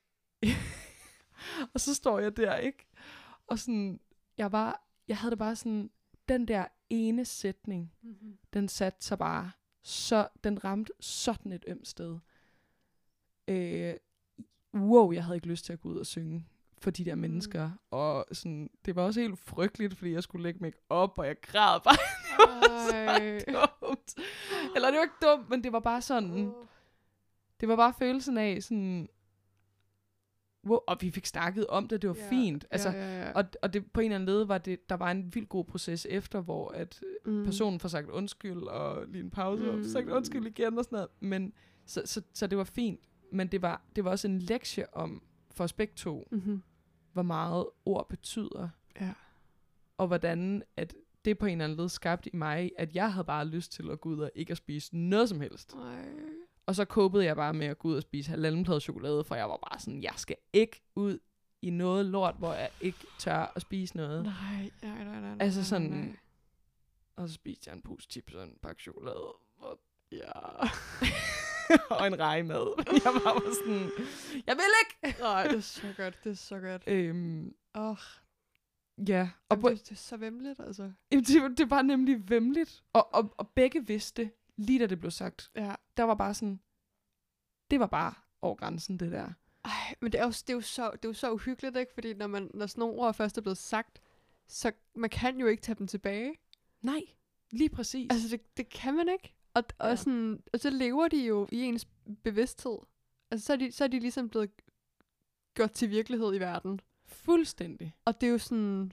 B: og så står jeg der, ikke? Og sådan, jeg var, jeg havde det bare sådan, den der ene sætning,
A: Mm-hmm.
B: den satte sig bare, så, den ramte sådan et ømt sted. Øh, wow, jeg havde ikke lyst til at gå ud og synge for de der
A: Mm.
B: mennesker. Og sådan, det var også helt frygteligt, fordi jeg skulle lægge make op, og jeg græd bare. Det var så dumt. Eller det var ikke dumt, men det var bare sådan,
A: Oh.
B: det var bare følelsen af sådan, wow, og vi fik snakket om det, det var
A: Ja,
B: fint. Altså,
A: ja, ja, ja.
B: og, og det på en eller anden led var det, der var en vildt god proces efter, hvor at
A: Mm.
B: personen får sagt undskyld, og lige en pause, og
A: Mm.
B: får sagt undskyld igen, og sådan noget. Men, så, så, så det var fint. Men det var, det var også en lektie om, for os begge to,
A: Mm-hmm.
B: hvor meget ord betyder.
A: Ja.
B: Og hvordan at det på en eller anden led skabte i mig, at jeg havde bare lyst til at gå ud og ikke at spise noget som helst.
A: Ej.
B: Og så kåbede jeg bare med at gå ud og spise halvanden plade chokolade, for jeg var bare sådan, jeg skal ikke ud i noget lort, hvor jeg ikke tør at spise noget.
A: Nej, nej, nej, nej.
B: Altså
A: nej,
B: sådan,
A: nej.
B: og så spiste jeg en pose chips og en pakke chokolade. Og,
A: Ja.
B: og en rejemad. Jeg var bare sådan, jeg vil ikke!
A: Nej, det er så godt, det er så godt.
B: Øhm,
A: Åh, oh,
B: ja, og på,
A: det, det er så vemmeligt, altså.
B: jamen, det, var- det var nemlig vemmeligt. Og, og, og begge vidste, lige da det blev sagt,
A: Ja.
B: der var bare sådan, det var bare over grænsen, det der.
A: Ej, men det er, jo, det, er jo så, det er jo så uhyggeligt, ikke? Fordi når, man, når sådan nogle ord først er blevet sagt, så man kan jo ikke tage dem tilbage.
B: Nej, lige præcis.
A: Altså, det, det kan man ikke. Og, og,
B: Ja.
A: sådan, og så lever de jo i ens bevidsthed. Altså, så er de, så er de ligesom blevet gjort til virkelighed i verden.
B: Fuldstændig.
A: Og det er jo sådan...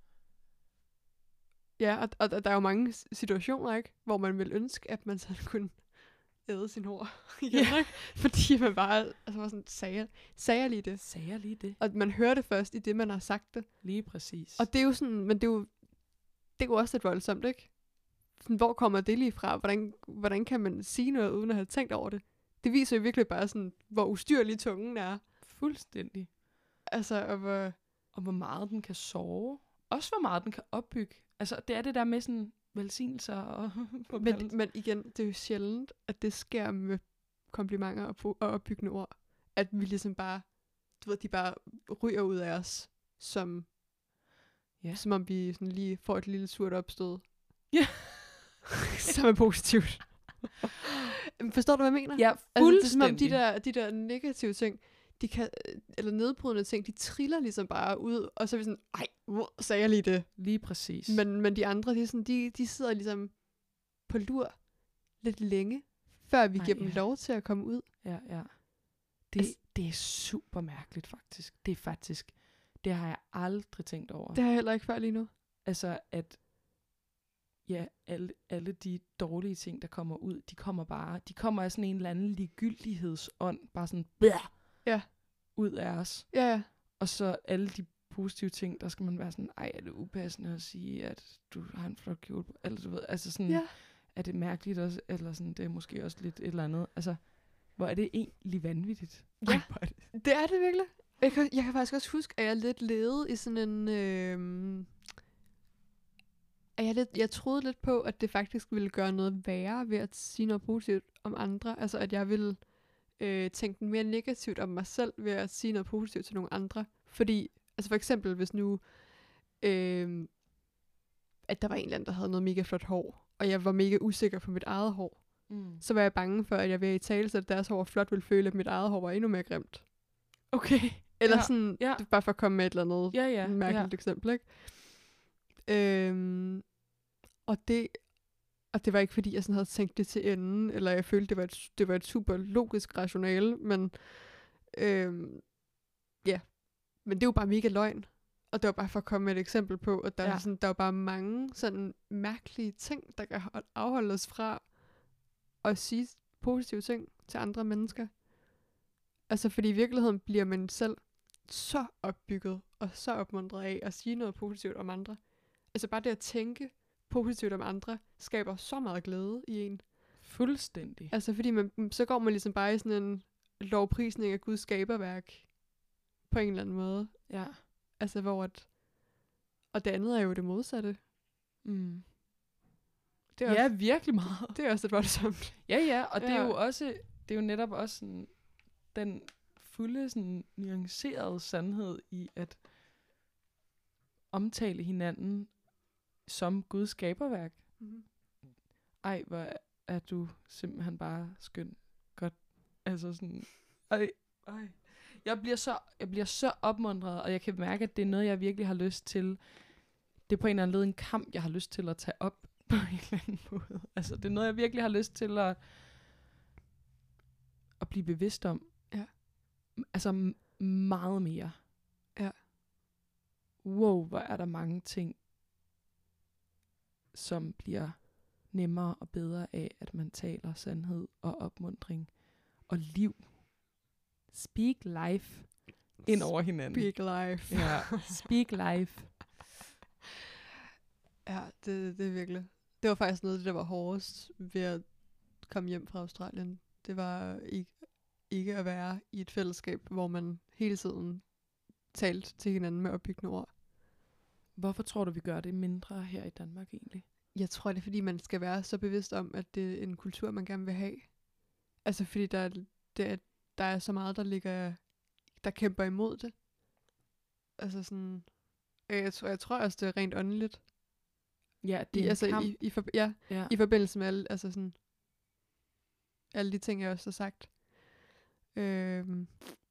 A: Ja, og, og, og der er jo mange s- situationer, ikke? Hvor man vil ønske, at man sådan kunne æde sin hår igen,
B: Ja.
A: ikke? Fordi man bare altså, var sådan, sagde, jeg- sagde jeg lige det?
B: Sagde jeg lige det?
A: Og man hører det først i det, man har sagt det.
B: Lige præcis.
A: Og det er jo sådan, men det er jo, det er jo også lidt voldsomt, ikke? Sådan, hvor kommer det lige fra? Hvordan, hvordan kan man sige noget, uden at have tænkt over det? Det viser jo virkelig bare sådan, hvor ustyrlig tungen er.
B: Fuldstændig.
A: Altså, og hvor...
B: Og hvor meget den kan sove. Også hvor meget den kan opbygge. Altså, det er det der med sådan velsignelser og på
A: Men, men igen, det er jo sjældent, at det sker med komplimenter og, po- og opbyggende ord. At vi ligesom bare, du ved, de bare ryger ud af os, som,
B: Ja.
A: som om vi sådan lige får et lille surt opstød.
B: Ja.
A: Som er positivt. Men forstår du, hvad jeg mener?
B: Ja,
A: Altså, det er
B: fuldstændig.
A: som om de der, de der negative ting, de kan, eller nedbrydende ting, de triller ligesom bare ud, og så er vi sådan, ej, hvor sagde jeg lige det?
B: Lige præcis.
A: Men, men de andre, de, er sådan, de, de sidder ligesom på lur lidt længe, før vi
B: Ej,
A: giver dem
B: ja.
A: lov til at komme ud.
B: Ja, ja. Det,
A: Altså-
B: det er super mærkeligt, faktisk. Det er faktisk, det har jeg aldrig tænkt over.
A: Det har jeg heller ikke før lige nu.
B: Altså, at ja, alle, alle de dårlige ting, der kommer ud, de kommer bare, de kommer af sådan en eller anden ligegyldighedsånd, bare sådan, blæh,
A: Ja.
B: ud af os.
A: Ja, ja.
B: Og så alle de positive ting, der skal man være sådan, ej, er det upassende at sige, at du har en flot kjole på, eller du ved, altså sådan,
A: Ja.
B: er det mærkeligt også, eller sådan, det er måske også lidt et eller andet, altså, hvor er det egentlig vanvittigt?
A: Ja.
B: Ej, hvor er det-
A: Det er det virkelig. Jeg kan, jeg kan faktisk også huske, at jeg lidt levede i sådan en... Øh, at jeg, lidt, jeg troede lidt på, at det faktisk ville gøre noget værre ved at sige noget positivt om andre. Altså, at jeg ville øh, tænke mere negativt om mig selv ved at sige noget positivt til nogle andre. Fordi, altså for eksempel, hvis nu... Øh, at der var en eller anden, der havde noget mega flot hår, og jeg var mega usikker på mit eget hår,
B: Mm.
A: så var jeg bange for, at jeg ved i tale, så deres hår flot ville føle, at mit eget hår var endnu mere grimt.
B: Okay.
A: Eller
B: Ja,
A: sådan,
B: ja.
A: det er bare for at komme med et eller andet
B: Ja, ja.
A: mærkeligt
B: ja.
A: eksempel, ikke? Øhm, og det og det var ikke fordi jeg sådan havde tænkt det til enden, eller jeg følte det var et, det var et super logisk rationale, men øhm, ja, men det er jo bare mega løgn. Og det var bare for at komme med et eksempel på, at der,
B: Ja.
A: er, sådan, der er bare mange sådan mærkelige ting, der kan hold- afholde os fra at sige positive ting til andre mennesker. Altså fordi i virkeligheden bliver man selv så opbygget og så opmuntret af at sige noget positivt om andre. Altså bare det at tænke positivt om andre, skaber så meget glæde i en.
B: Fuldstændig.
A: Altså fordi man, så går man ligesom bare i sådan en lovprisning af Guds skaberværk på en eller anden måde.
B: Ja.
A: Altså hvor at, og det andet er jo det modsatte.
B: Mm.
A: Det er,
B: Ja,
A: også,
B: virkelig meget.
A: det er også et voldsomt.
B: Ja, ja, og det er
A: Ja.
B: jo også, det er jo netop også sådan, den fulde, sådan, nuancerede sandhed i at omtale hinanden som Guds skaberværk.
A: Mm-hmm.
B: Ej, hvor er- er du simpelthen bare skøn. Godt. Altså sådan, ej, ej. Jeg bliver så, jeg bliver så opmuntret, og jeg kan mærke, at det er noget, jeg virkelig har lyst til. Det er på en eller anden led en kamp, jeg har lyst til at tage op på en eller anden måde. Altså, det er noget, jeg virkelig har lyst til at, at blive bevidst om.
A: Ja.
B: Altså, m- meget mere.
A: Ja.
B: Wow, hvor er der mange ting, som bliver nemmere og bedre af, at man taler sandhed og opmuntring og liv. Speak life ind over hinanden.
A: Big life.
B: Ja, speak life.
A: Ja, det, det er virkelig. Det var faktisk noget af det, der var hårdest ved at komme hjem fra Australien. Det var ikke, ikke at være i et fællesskab, hvor man hele tiden talte til hinanden med opbyggende ord.
B: Hvorfor tror du, vi gør det mindre her i Danmark egentlig?
A: Jeg tror, det er, fordi man skal være så bevidst om, at det er en kultur, man gerne vil have. Altså, fordi der, er- det er, der er så meget, der ligger, der kæmper imod det. Altså sådan, øh, jeg tror, jeg tror også, det er rent åndeligt.
B: Ja, det
A: I,
B: er en
A: altså,
B: kamp.
A: i, i, for, ja,
B: ja.
A: i forbindelse med alle, altså sådan, alle de ting, jeg også har sagt. Øhm,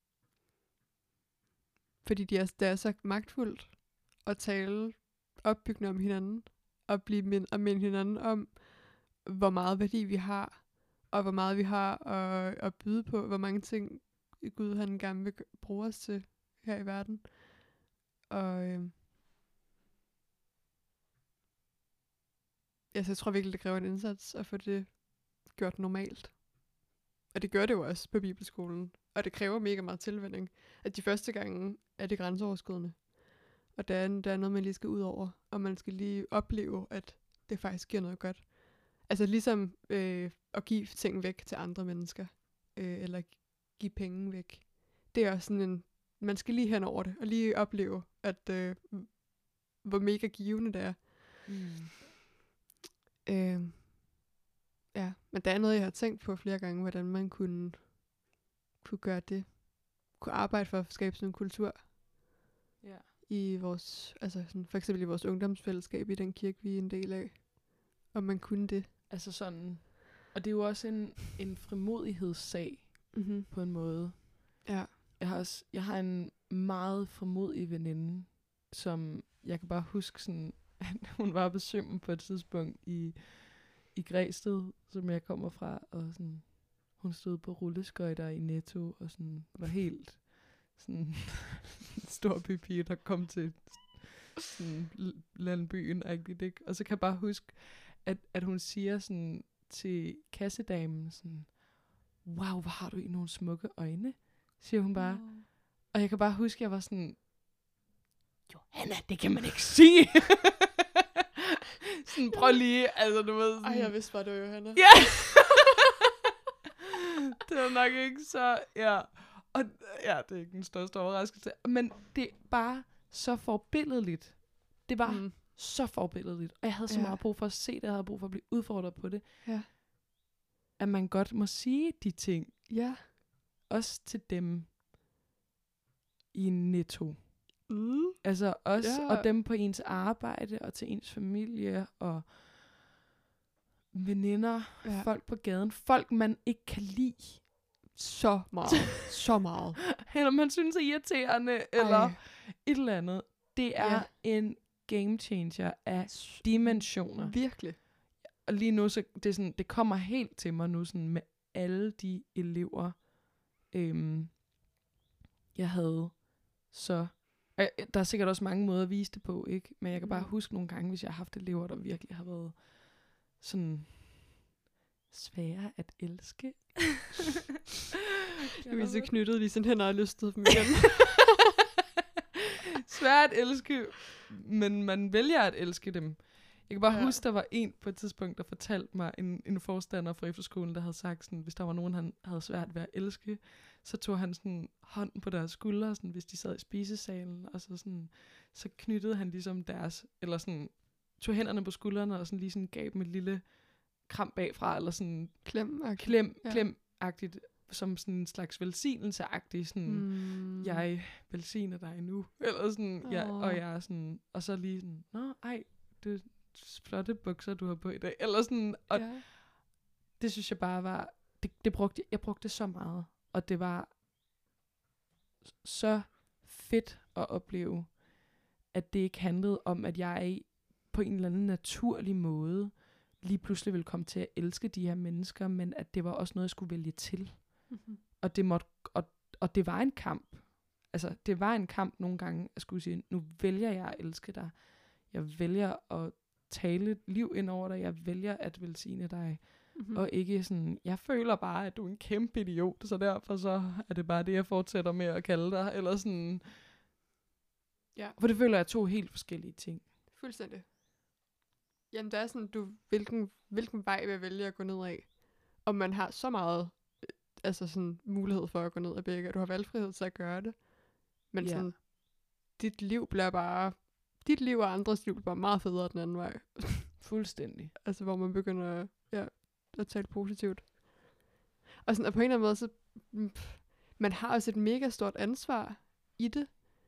A: fordi de er, det er så magtfuldt at tale opbyggende om hinanden, og blive mind, og minde hinanden om, hvor meget værdi vi har, og hvor meget vi har at, at byde på, hvor mange ting Gud han gerne vil gø- bruge os til her i verden. Og øhm, altså, jeg tror virkelig, det kræver en indsats at få det gjort normalt. Og det gør det jo også på bibelskolen. Og det kræver mega meget tilvænning. At de første gange er det grænseoverskridende. Og der er, der er noget, man lige skal ud over. Og man skal lige opleve, at det faktisk giver noget godt. Altså ligesom øh, at give ting væk til andre mennesker. Øh, eller give penge væk. Det er også sådan en... Man skal lige hen over det. Og lige opleve, at øh, hvor mega givende det er.
B: Mm.
A: Øh, ja, men der er noget, jeg har tænkt på flere gange, hvordan man kunne, kunne gøre det. Kunne arbejde for at skabe sådan en kultur
B: Ja.
A: i vores, altså sådan, for eksempel i vores ungdomsfællesskab i den kirke, vi er en del af. Om man kunne det.
B: Altså sådan, og det er jo også en, en frimodighedssag
A: Mm-hmm.
B: på en måde.
A: Ja.
B: Jeg har også, jeg har en meget frimodig veninde, som jeg kan bare huske sådan, at hun var på Sømmen på et tidspunkt i, i Græsted, som jeg kommer fra, og sådan, hun stod på rulleskøjter i Netto, og sådan var helt sådan en stor pige, der kom til sådan l- landbyen, ikke? Og så kan jeg bare huske, at, at hun siger sådan til kassedamen sådan, wow, hvor har du i nogle smukke øjne, siger hun bare.
A: Wow.
B: Og jeg kan bare huske, at jeg var sådan, Johanna, det kan man ikke sige. Sådan, prøv lige, altså du ved sådan.
A: Ej, jeg vidste bare, det var Johanna.
B: Ja. Det var nok ikke så, ja. Og ja, det er ikke den største overraskelse. Men det er bare så forbilledeligt. Det var mm. så forbilledeligt. Og jeg havde så
A: Ja.
B: meget brug for at se det. Jeg havde brug for at blive udfordret på det.
A: Ja.
B: At man godt må sige de ting.
A: Ja.
B: Også til dem i Netto.
A: Mm.
B: Altså også,
A: Ja.
B: og dem på ens arbejde, og til ens familie, og veninder,
A: Ja.
B: folk på gaden. Folk, man ikke kan lide.
A: så meget. så meget.
B: Eller man synes er irriterende, eller
A: Ej.
B: et eller andet. Det er
A: Ja.
B: en game changer af dimensioner.
A: Virkelig.
B: Og lige nu, så det, er sådan, det kommer helt til mig nu, sådan med alle de elever, øhm, jeg havde. Så øh, der er sikkert også mange måder at vise det på, ikke? Men jeg kan bare
A: Mm.
B: huske nogle gange, hvis jeg har haft elever, der virkelig har været sådan svære at elske.
A: Vi så knyttede lige sådan hænder og lystede dem igen.
B: Svært at elske, men man vælger at elske dem. Jeg kan bare
A: Ja.
B: ja. huske, der var en på et tidspunkt, der fortalte mig, en, en forstander fra efterskolen, der havde sagt, sådan, hvis der var nogen, han havde svært ved at elske, så tog han sådan hånden på deres skuldre, sådan, hvis de sad i spisesalen, og så, sådan, så knyttede han ligesom deres, eller sådan, tog hænderne på skuldrene, og sådan lige sådan gav dem et lille kram bagfra, eller sådan
A: Klem. Okay.
B: klem,
A: Ja.
B: klem-agtigt, som sådan en slags velsignelse-agtigt, sådan,
A: Mm.
B: jeg velsigner dig nu, eller sådan, ja,
A: Åh.
B: og jeg er sådan, og så lige sådan, nå, ej, det er flotte bukser, du har på i dag, eller sådan, og
A: Ja.
B: det synes jeg bare var, det, det brugte, jeg brugte det så meget, og det var så fedt at opleve, at det ikke handlede om, at jeg på en eller anden naturlig måde lige pludselig ville komme til at elske de her mennesker, men at det var også noget, jeg skulle vælge til.
A: Mm-hmm.
B: Og det måtte, og, og det var en kamp. Altså, det var en kamp nogle gange, at skulle sige, nu vælger jeg at elske dig. Jeg vælger at tale liv ind over dig. Jeg vælger at velsigne dig.
A: Mm-hmm.
B: Og ikke sådan, jeg føler bare, at du er en kæmpe idiot, så derfor så er det bare det, jeg fortsætter med at kalde dig. Eller sådan.
A: Ja.
B: For det føler jeg er to helt forskellige ting.
A: Fuldstændig. Jamen, det er sådan, du, hvilken, hvilken vej vil jeg vælge at gå ned af? Og man har så meget øh, altså sådan, mulighed for at gå ned ad begge, og du har valgfrihed til at gøre det. Men
B: Ja.
A: sådan, dit liv bliver bare, dit liv og andres liv bliver bare meget federe den anden vej.
B: Fuldstændig.
A: Altså, hvor man begynder ja, at tale positivt. Og, sådan, og på en eller anden måde, så mm, man har også et mega stort ansvar i det.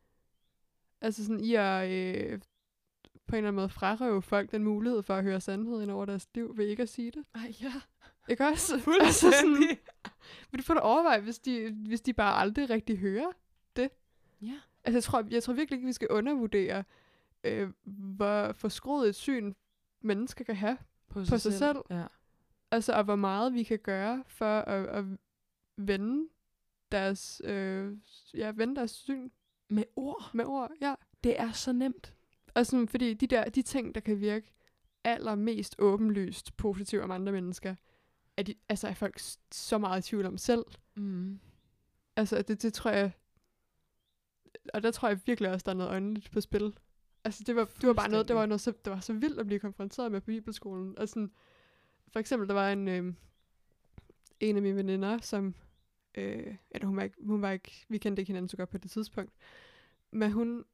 A: Altså sådan i at øh, på en eller anden måde frarøve folk den mulighed for at høre sandheden over deres liv, ved ikke at sige det.
B: Ej, ja.
A: Ikke også?
B: Fuldstændig.
A: Vil du få det overveje, hvis de, hvis de bare aldrig rigtig hører det?
B: Ja.
A: Altså, jeg tror, jeg tror virkelig ikke, vi skal undervurdere, øh, hvor forskruet et syn mennesker kan have.
B: På
A: sig selv.
B: Ja.
A: Altså, og hvor meget vi kan gøre for at, at vende deres, øh, ja, vende deres syn
B: Med ord.
A: med ord. Ja.
B: Det er så nemt.
A: Og sådan, fordi de der de ting, der kan virke allermest åbenlyst positivt om andre mennesker, er, de, altså, er folk s- så meget i tvivl om selv.
B: Mm.
A: Altså, det, det tror jeg... Og der tror jeg virkelig også, der er noget åndeligt på spil. Altså, det var, det var bare noget, det var noget så, det var så vildt at blive konfronteret med på bibelskolen. Og sådan, for eksempel, der var en, øh, en af mine veninder, som... Øh, eller hun var, ikke, hun var ikke... Vi kendte ikke hinanden så godt på det tidspunkt. Men hun...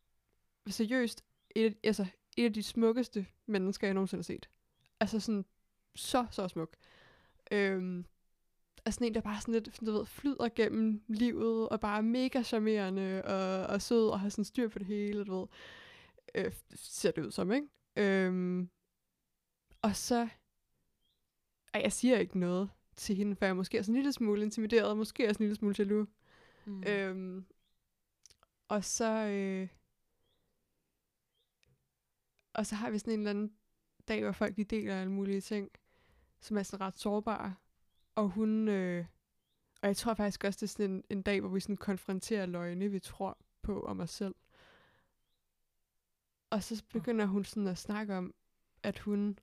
A: Seriøst, et af, altså, et af de smukkeste mennesker, jeg nogensinde har set. Altså sådan, så, så smuk. Øhm, altså en, der bare sådan lidt, du ved, flyder gennem livet, og bare er mega charmerende, og, og sød, og har sådan styr på det hele, du ved. Øh, ser det ud som, ikke? Øhm, og så, ej, jeg siger ikke noget til hende, for jeg måske er sådan en lille smule intimideret, måske er sådan en lille smule jaloux.
B: Mm.
A: Øhm, og så, øh, og så har vi sådan en eller anden dag, hvor folk de deler alle mulige ting, som er sådan ret sårbare. Og hun, øh, og jeg tror faktisk også, det er sådan en, en dag, hvor vi sådan konfronterer løgne, vi tror på om os selv. Og så begynder hun sådan at snakke om, at hun,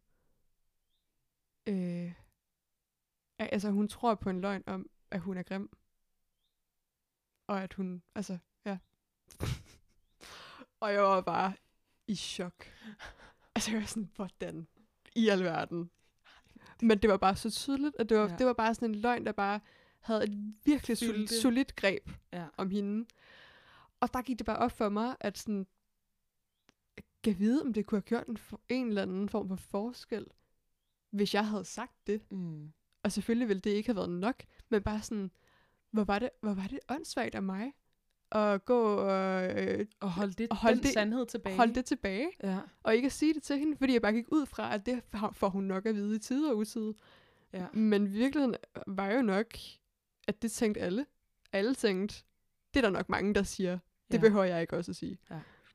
A: øh, altså hun tror på en løgn om, at hun er grim. Og at hun, altså, ja. Og jeg var bare i chok. Altså jeg var sådan, hvordan i alverden? Men det var bare så tydeligt, at det var,
B: Ja.
A: det var bare sådan en løgn, der bare havde et virkelig solid,
B: Fyldte.
A: solidt greb
B: Ja.
A: om hende. Og der gik det bare op for mig, at sådan, kan vide, om det kunne have gjort en, for, en eller anden form for forskel, hvis jeg havde sagt det.
B: Mm.
A: Og selvfølgelig ville det ikke have været nok, men bare sådan, hvor var det, hvor var det åndssvagt af mig at gå og, øh,
B: Og hold det,
A: og hold
B: den
A: det-
B: sandhed tilbage.
A: holde det tilbage,
B: Ja.
A: og ikke at sige det til hende, fordi jeg bare gik ud fra, at det får hun nok at vide i tide og utide.
B: Ja.
A: Men virkeligheden var jo nok, at det tænkte alle. Alle tænkte, det er der nok mange, der siger. Det
B: Ja.
A: behøver jeg ikke også at sige.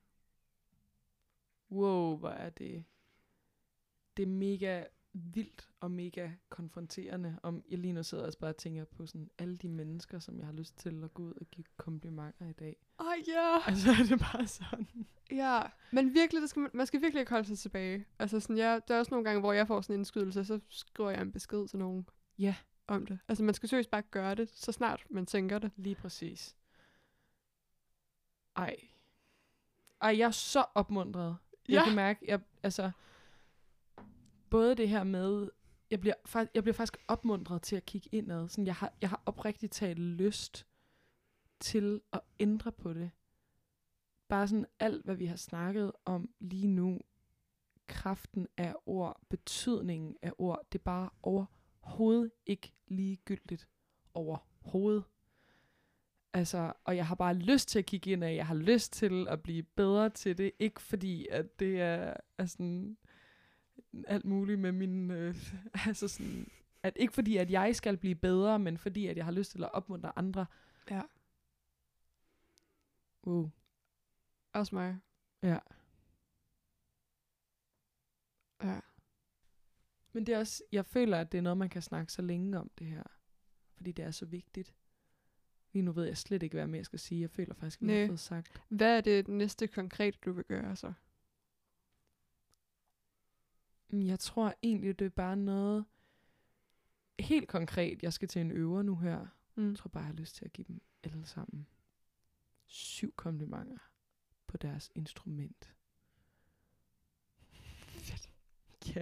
B: Wow, hvor er det... Det er mega vildt og mega konfronterende, om jeg lige nu sidder og bare tænker på sådan alle de mennesker, som jeg har lyst til at gå ud og give komplimenter i dag.
A: Åh oh, ja.
B: Altså er det bare sådan.
A: Ja, men virkelig, det skal man, man skal virkelig ikke holde sig tilbage. Altså sådan, jeg, der er også nogle gange, hvor jeg får sådan en indskydelse, så skriver jeg en besked til nogen
B: Ja.
A: om det. Altså man skal seriøst bare gøre det, så snart man tænker det.
B: Lige præcis. Ej. Ej, jeg er så opmuntret. Jeg
A: Ja.
B: kan mærke, jeg, altså, både det her med, jeg bliver, fakt- jeg bliver faktisk opmuntret til at kigge indad. Sådan, jeg, har, jeg har oprigtigt talt lyst til at ændre på det. Bare sådan alt, hvad vi har snakket om lige nu, kraften af ord, betydningen af ord, det er bare overhovedet ikke ligegyldigt. Overhovedet. Altså, og jeg har bare lyst til at kigge ind af, jeg har lyst til at blive bedre til det, ikke fordi, at det er, er sådan alt muligt med min, øh, altså sådan, at ikke fordi, at jeg skal blive bedre, men fordi, at jeg har lyst til at opmuntre andre.
A: Ja.
B: Wow.
A: Også mig.
B: Ja.
A: Ja.
B: Men det er også, jeg føler, at det er noget, man kan snakke så længe om det her, fordi det er så vigtigt. Lige nu ved jeg slet ikke, hvad jeg mere skal sige. Jeg føler faktisk, at jeg har
A: Næ.
B: fået sagt.
A: Hvad er det næste konkret, du vil gøre så?
B: Mm, Jeg tror egentlig, det er bare noget helt konkret. Jeg skal til en øver nu her.
A: Mm.
B: Jeg tror bare, jeg har lyst til at give dem alle sammen syv komplimenter på deres instrument. Fedt. Ja.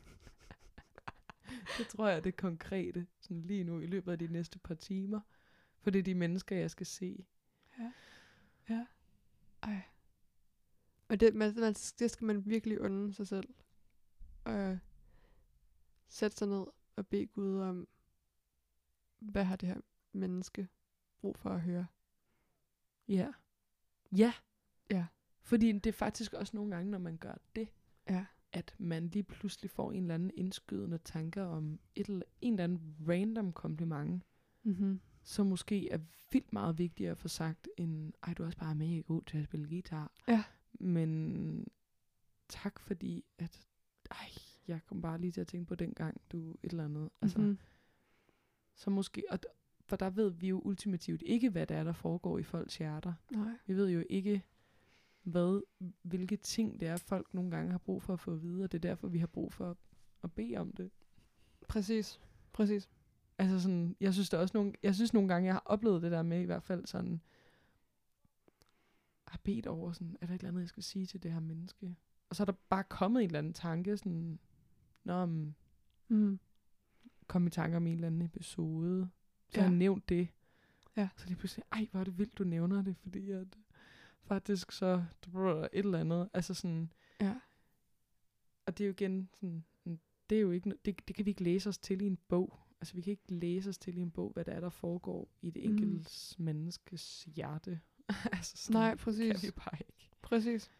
B: Det tror jeg er det konkrete, sådan lige nu i løbet af de næste par timer. For det er de mennesker, jeg skal se.
A: Ja. Ja. Ej. Og det, man, man, det skal man virkelig unde sig selv. Og sætte sig ned og bede Gud om, hvad har det her menneske brug for at høre?
B: Ja. Ja.
A: Ja.
B: Fordi det er faktisk også nogle gange, når man gør det,
A: Ja.
B: at man lige pludselig får en eller anden indskydende tanker om et eller, en eller anden random kompliment,
A: Mm-hmm.
B: som måske er vildt meget vigtigere at få sagt, end, ej, du er også bare mega god til at spille guitar.
A: Ja.
B: Men tak fordi, at, ej, jeg kom bare lige til at tænke på dengang, du et eller andet. Altså,
A: Mm-hmm.
B: så måske, og, for der ved vi jo ultimativt ikke, hvad der er, der foregår i folks hjerter.
A: Nej.
B: Vi ved jo ikke, hvad, hvilke ting det er, folk nogle gange har brug for at få at vide, og det er derfor, vi har brug for at, at bede om det.
A: Præcis. Præcis.
B: Altså sådan, jeg synes der også nogle, jeg synes nogle gange, jeg har oplevet det der med i hvert fald sådan, har bedt over sådan, er der et eller andet, jeg skal sige til det her menneske? Og så er der bare kommet en eller anden tanke, sådan, nå, men,
A: Mm.
B: kom i tanke om en eller anden episode, så
A: Ja.
B: har jeg nævnt det.
A: Ja.
B: Så lige pludselig, ej, hvor er det vildt, du nævner det, fordi at faktisk så, et eller andet, altså sådan,
A: Ja. og
B: det er jo igen sådan, det er jo ikke, det, det kan vi ikke læse os til i en bog. Altså vi kan ikke læse os til i en bog, hvad der er, der foregår i det enkelte mm. menneskes hjerte. altså sådan,
A: Nej, præcis.
B: kan vi bare ikke.
A: Præcis.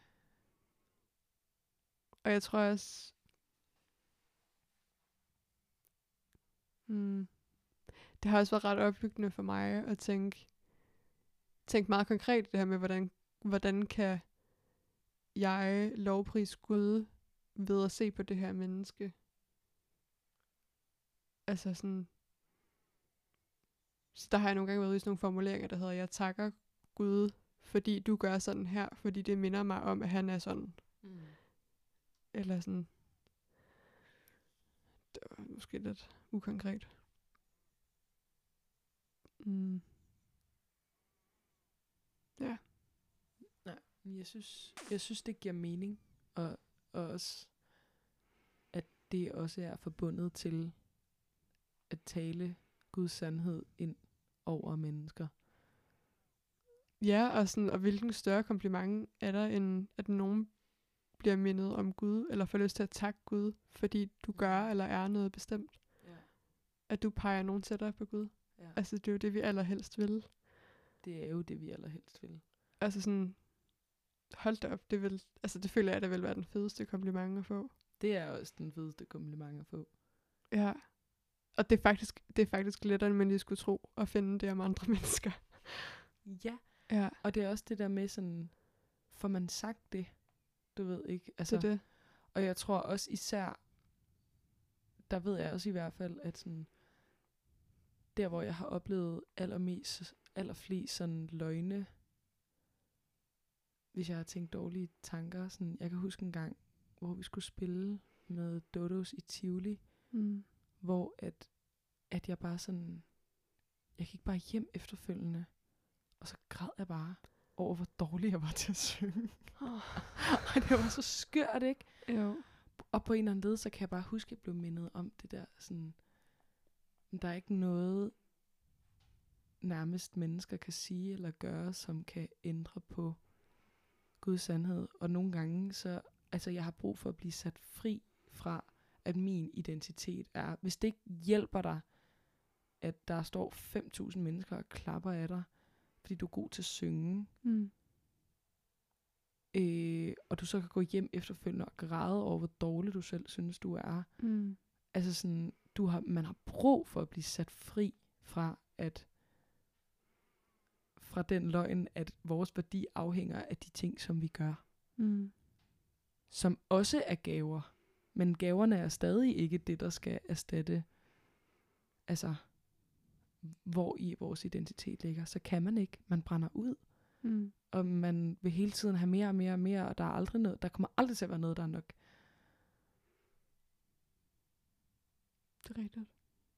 A: Og jeg tror også, mm, det har også været ret opbyggende for mig at tænke, tænke meget konkret det her med, hvordan, hvordan kan jeg lovprise Gud ved at se på det her menneske. Altså sådan, så der har jeg nogle gange været i sådan nogle formuleringer, der hedder, jeg takker Gud, fordi du gør sådan her, fordi det minder mig om, at han er sådan.
B: Mm.
A: Eller sådan, det var måske lidt ukonkret. Mm. Ja.
B: Nej, men jeg synes, jeg synes, det giver mening, og, og også, at det også er forbundet til at tale Guds sandhed ind over mennesker.
A: Ja, og, sådan, og hvilken større kompliment er der, end at nogen bliver mindet om Gud, eller får lyst til at takke Gud, fordi du gør eller er noget bestemt.
B: Ja.
A: At du peger nogen tættere på Gud.
B: Ja.
A: Altså, det er jo det, vi allerhelst vil.
B: Det er jo det, vi allerhelst vil.
A: Altså sådan, hold da op, det, vil, altså, det føler jeg, det vil være den fedeste kompliment at få.
B: Det er også den fedeste kompliment at få.
A: Ja. Og det er faktisk, det er faktisk lettere, end man lige skulle tro, at finde det om andre mennesker.
B: Ja,
A: Ja,
B: og det er også det der med sådan, får man sagt det, du ved ikke, altså,
A: det er det.
B: og jeg tror også især, der ved jeg også i hvert fald, at sådan, der hvor jeg har oplevet allermest, allerflest sådan løgne, hvis jeg har tænkt dårlige tanker, sådan, jeg kan huske en gang, hvor vi skulle spille med Dodos i Tivoli,
A: Mm.
B: hvor at, at jeg bare sådan, jeg gik bare hjem efterfølgende, og så græd jeg bare over, hvor dårlig jeg var til at synge.
A: Oh.
B: Og det var så skørt, ikke?
A: Jo.
B: Og på en eller anden led, så kan jeg bare huske, at jeg blev mindet om det der sådan, der er ikke noget nærmest mennesker kan sige eller gøre, som kan ændre på Guds sandhed. Og nogle gange, så, altså jeg har brug for at blive sat fri fra, at min identitet er, hvis det ikke hjælper dig, at der står fem tusind mennesker og klapper af dig, fordi du er god til at synge,
A: Mm.
B: øh, og du så kan gå hjem efterfølgende og græde over, hvor dårlig du selv synes, du er.
A: Mm.
B: Altså sådan, du har, man har brug for at blive sat fri fra, at fra den løgn, at vores værdi afhænger af de ting, som vi gør.
A: Mm.
B: Som også er gaver. Men gaverne er stadig ikke det, der skal erstatte, altså, hvor i vores identitet ligger. Så kan man ikke. Man brænder ud.
A: Mm.
B: Og man vil hele tiden have mere og mere og mere, og der er aldrig noget, der kommer aldrig til at være noget, der er nok.
A: Det er rigtigt.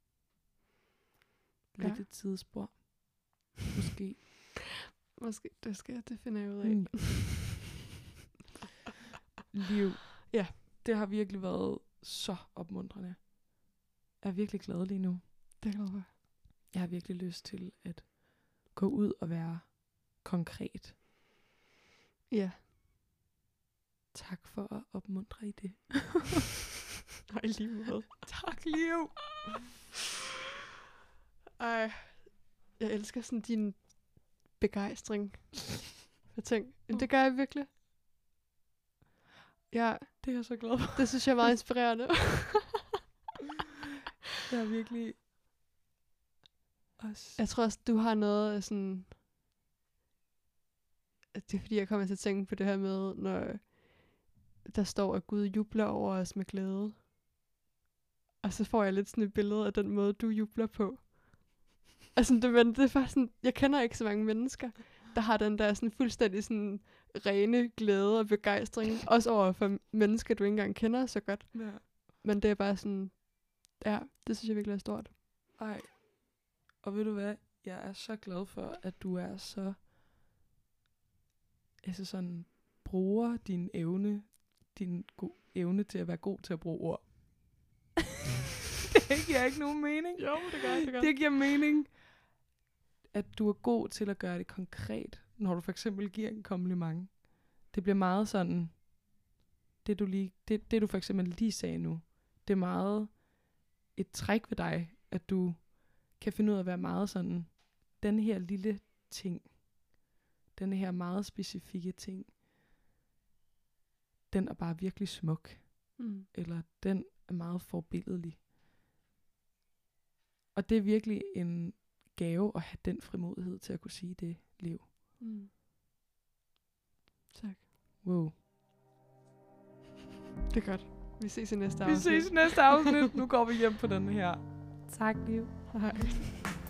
B: Lidt
A: Ja.
B: et tidsspor. Måske.
A: Måske, det skal det finder jeg ud af.
B: Mm. Liv.
A: Ja.
B: Det har virkelig været så opmuntrende. Jeg er virkelig glad lige nu.
A: Det er jeg glad for.
B: Jeg har virkelig lyst til at gå ud og være konkret.
A: Ja.
B: Tak for at opmuntre i det.
A: Og i lige måde.
B: Tak, Liv.
A: Ej, jeg elsker sådan din begejstring for ting. Men det gør jeg virkelig. Ja,
B: Det er jeg så glad for.
A: det synes jeg er meget inspirerende.
B: Jeg er virkelig også.
A: Jeg tror også, du har noget af sådan... at det er fordi, jeg kommer til at tænke på det her med, når der står, at Gud jubler over os med glæde. Og så får jeg lidt sådan et billede af den måde, du jubler på. Altså, det, men det er faktisk sådan, jeg kender ikke så mange mennesker, der har den der sådan fuldstændig sådan rene glæde og begejstring. Også over for mennesker, du ikke engang kender så godt.
B: Ja.
A: Men det er bare sådan, ja, det synes jeg virkelig er stort.
B: Ej. Og ved du hvad? Jeg er så glad for, at du er så... Altså sådan... Bruger din evne... Din go- evne til at være god til at bruge ord. Det giver ikke nogen mening.
A: Jo, det gør det gør.
B: Det giver mening, at du er god til at gøre det konkret, når du for eksempel giver en kompliment. Det bliver meget sådan, det du, lige, det, det du for eksempel lige sagde nu, det er meget et træk ved dig, at du kan finde ud af at være meget sådan, den her lille ting, den her meget specifikke ting, den er bare virkelig smuk,
A: Mm.
B: eller den er meget forbilledlig. Og det er virkelig en gave at have den frimodighed til at kunne sige det, Liv.
A: Mm. Tak.
B: Wow.
A: Det er godt. Vi ses i næste
B: Vi
A: afsnit.
B: ses i næste afsnit. Nu går vi hjem på den her. Tak, Liv.
A: Hej.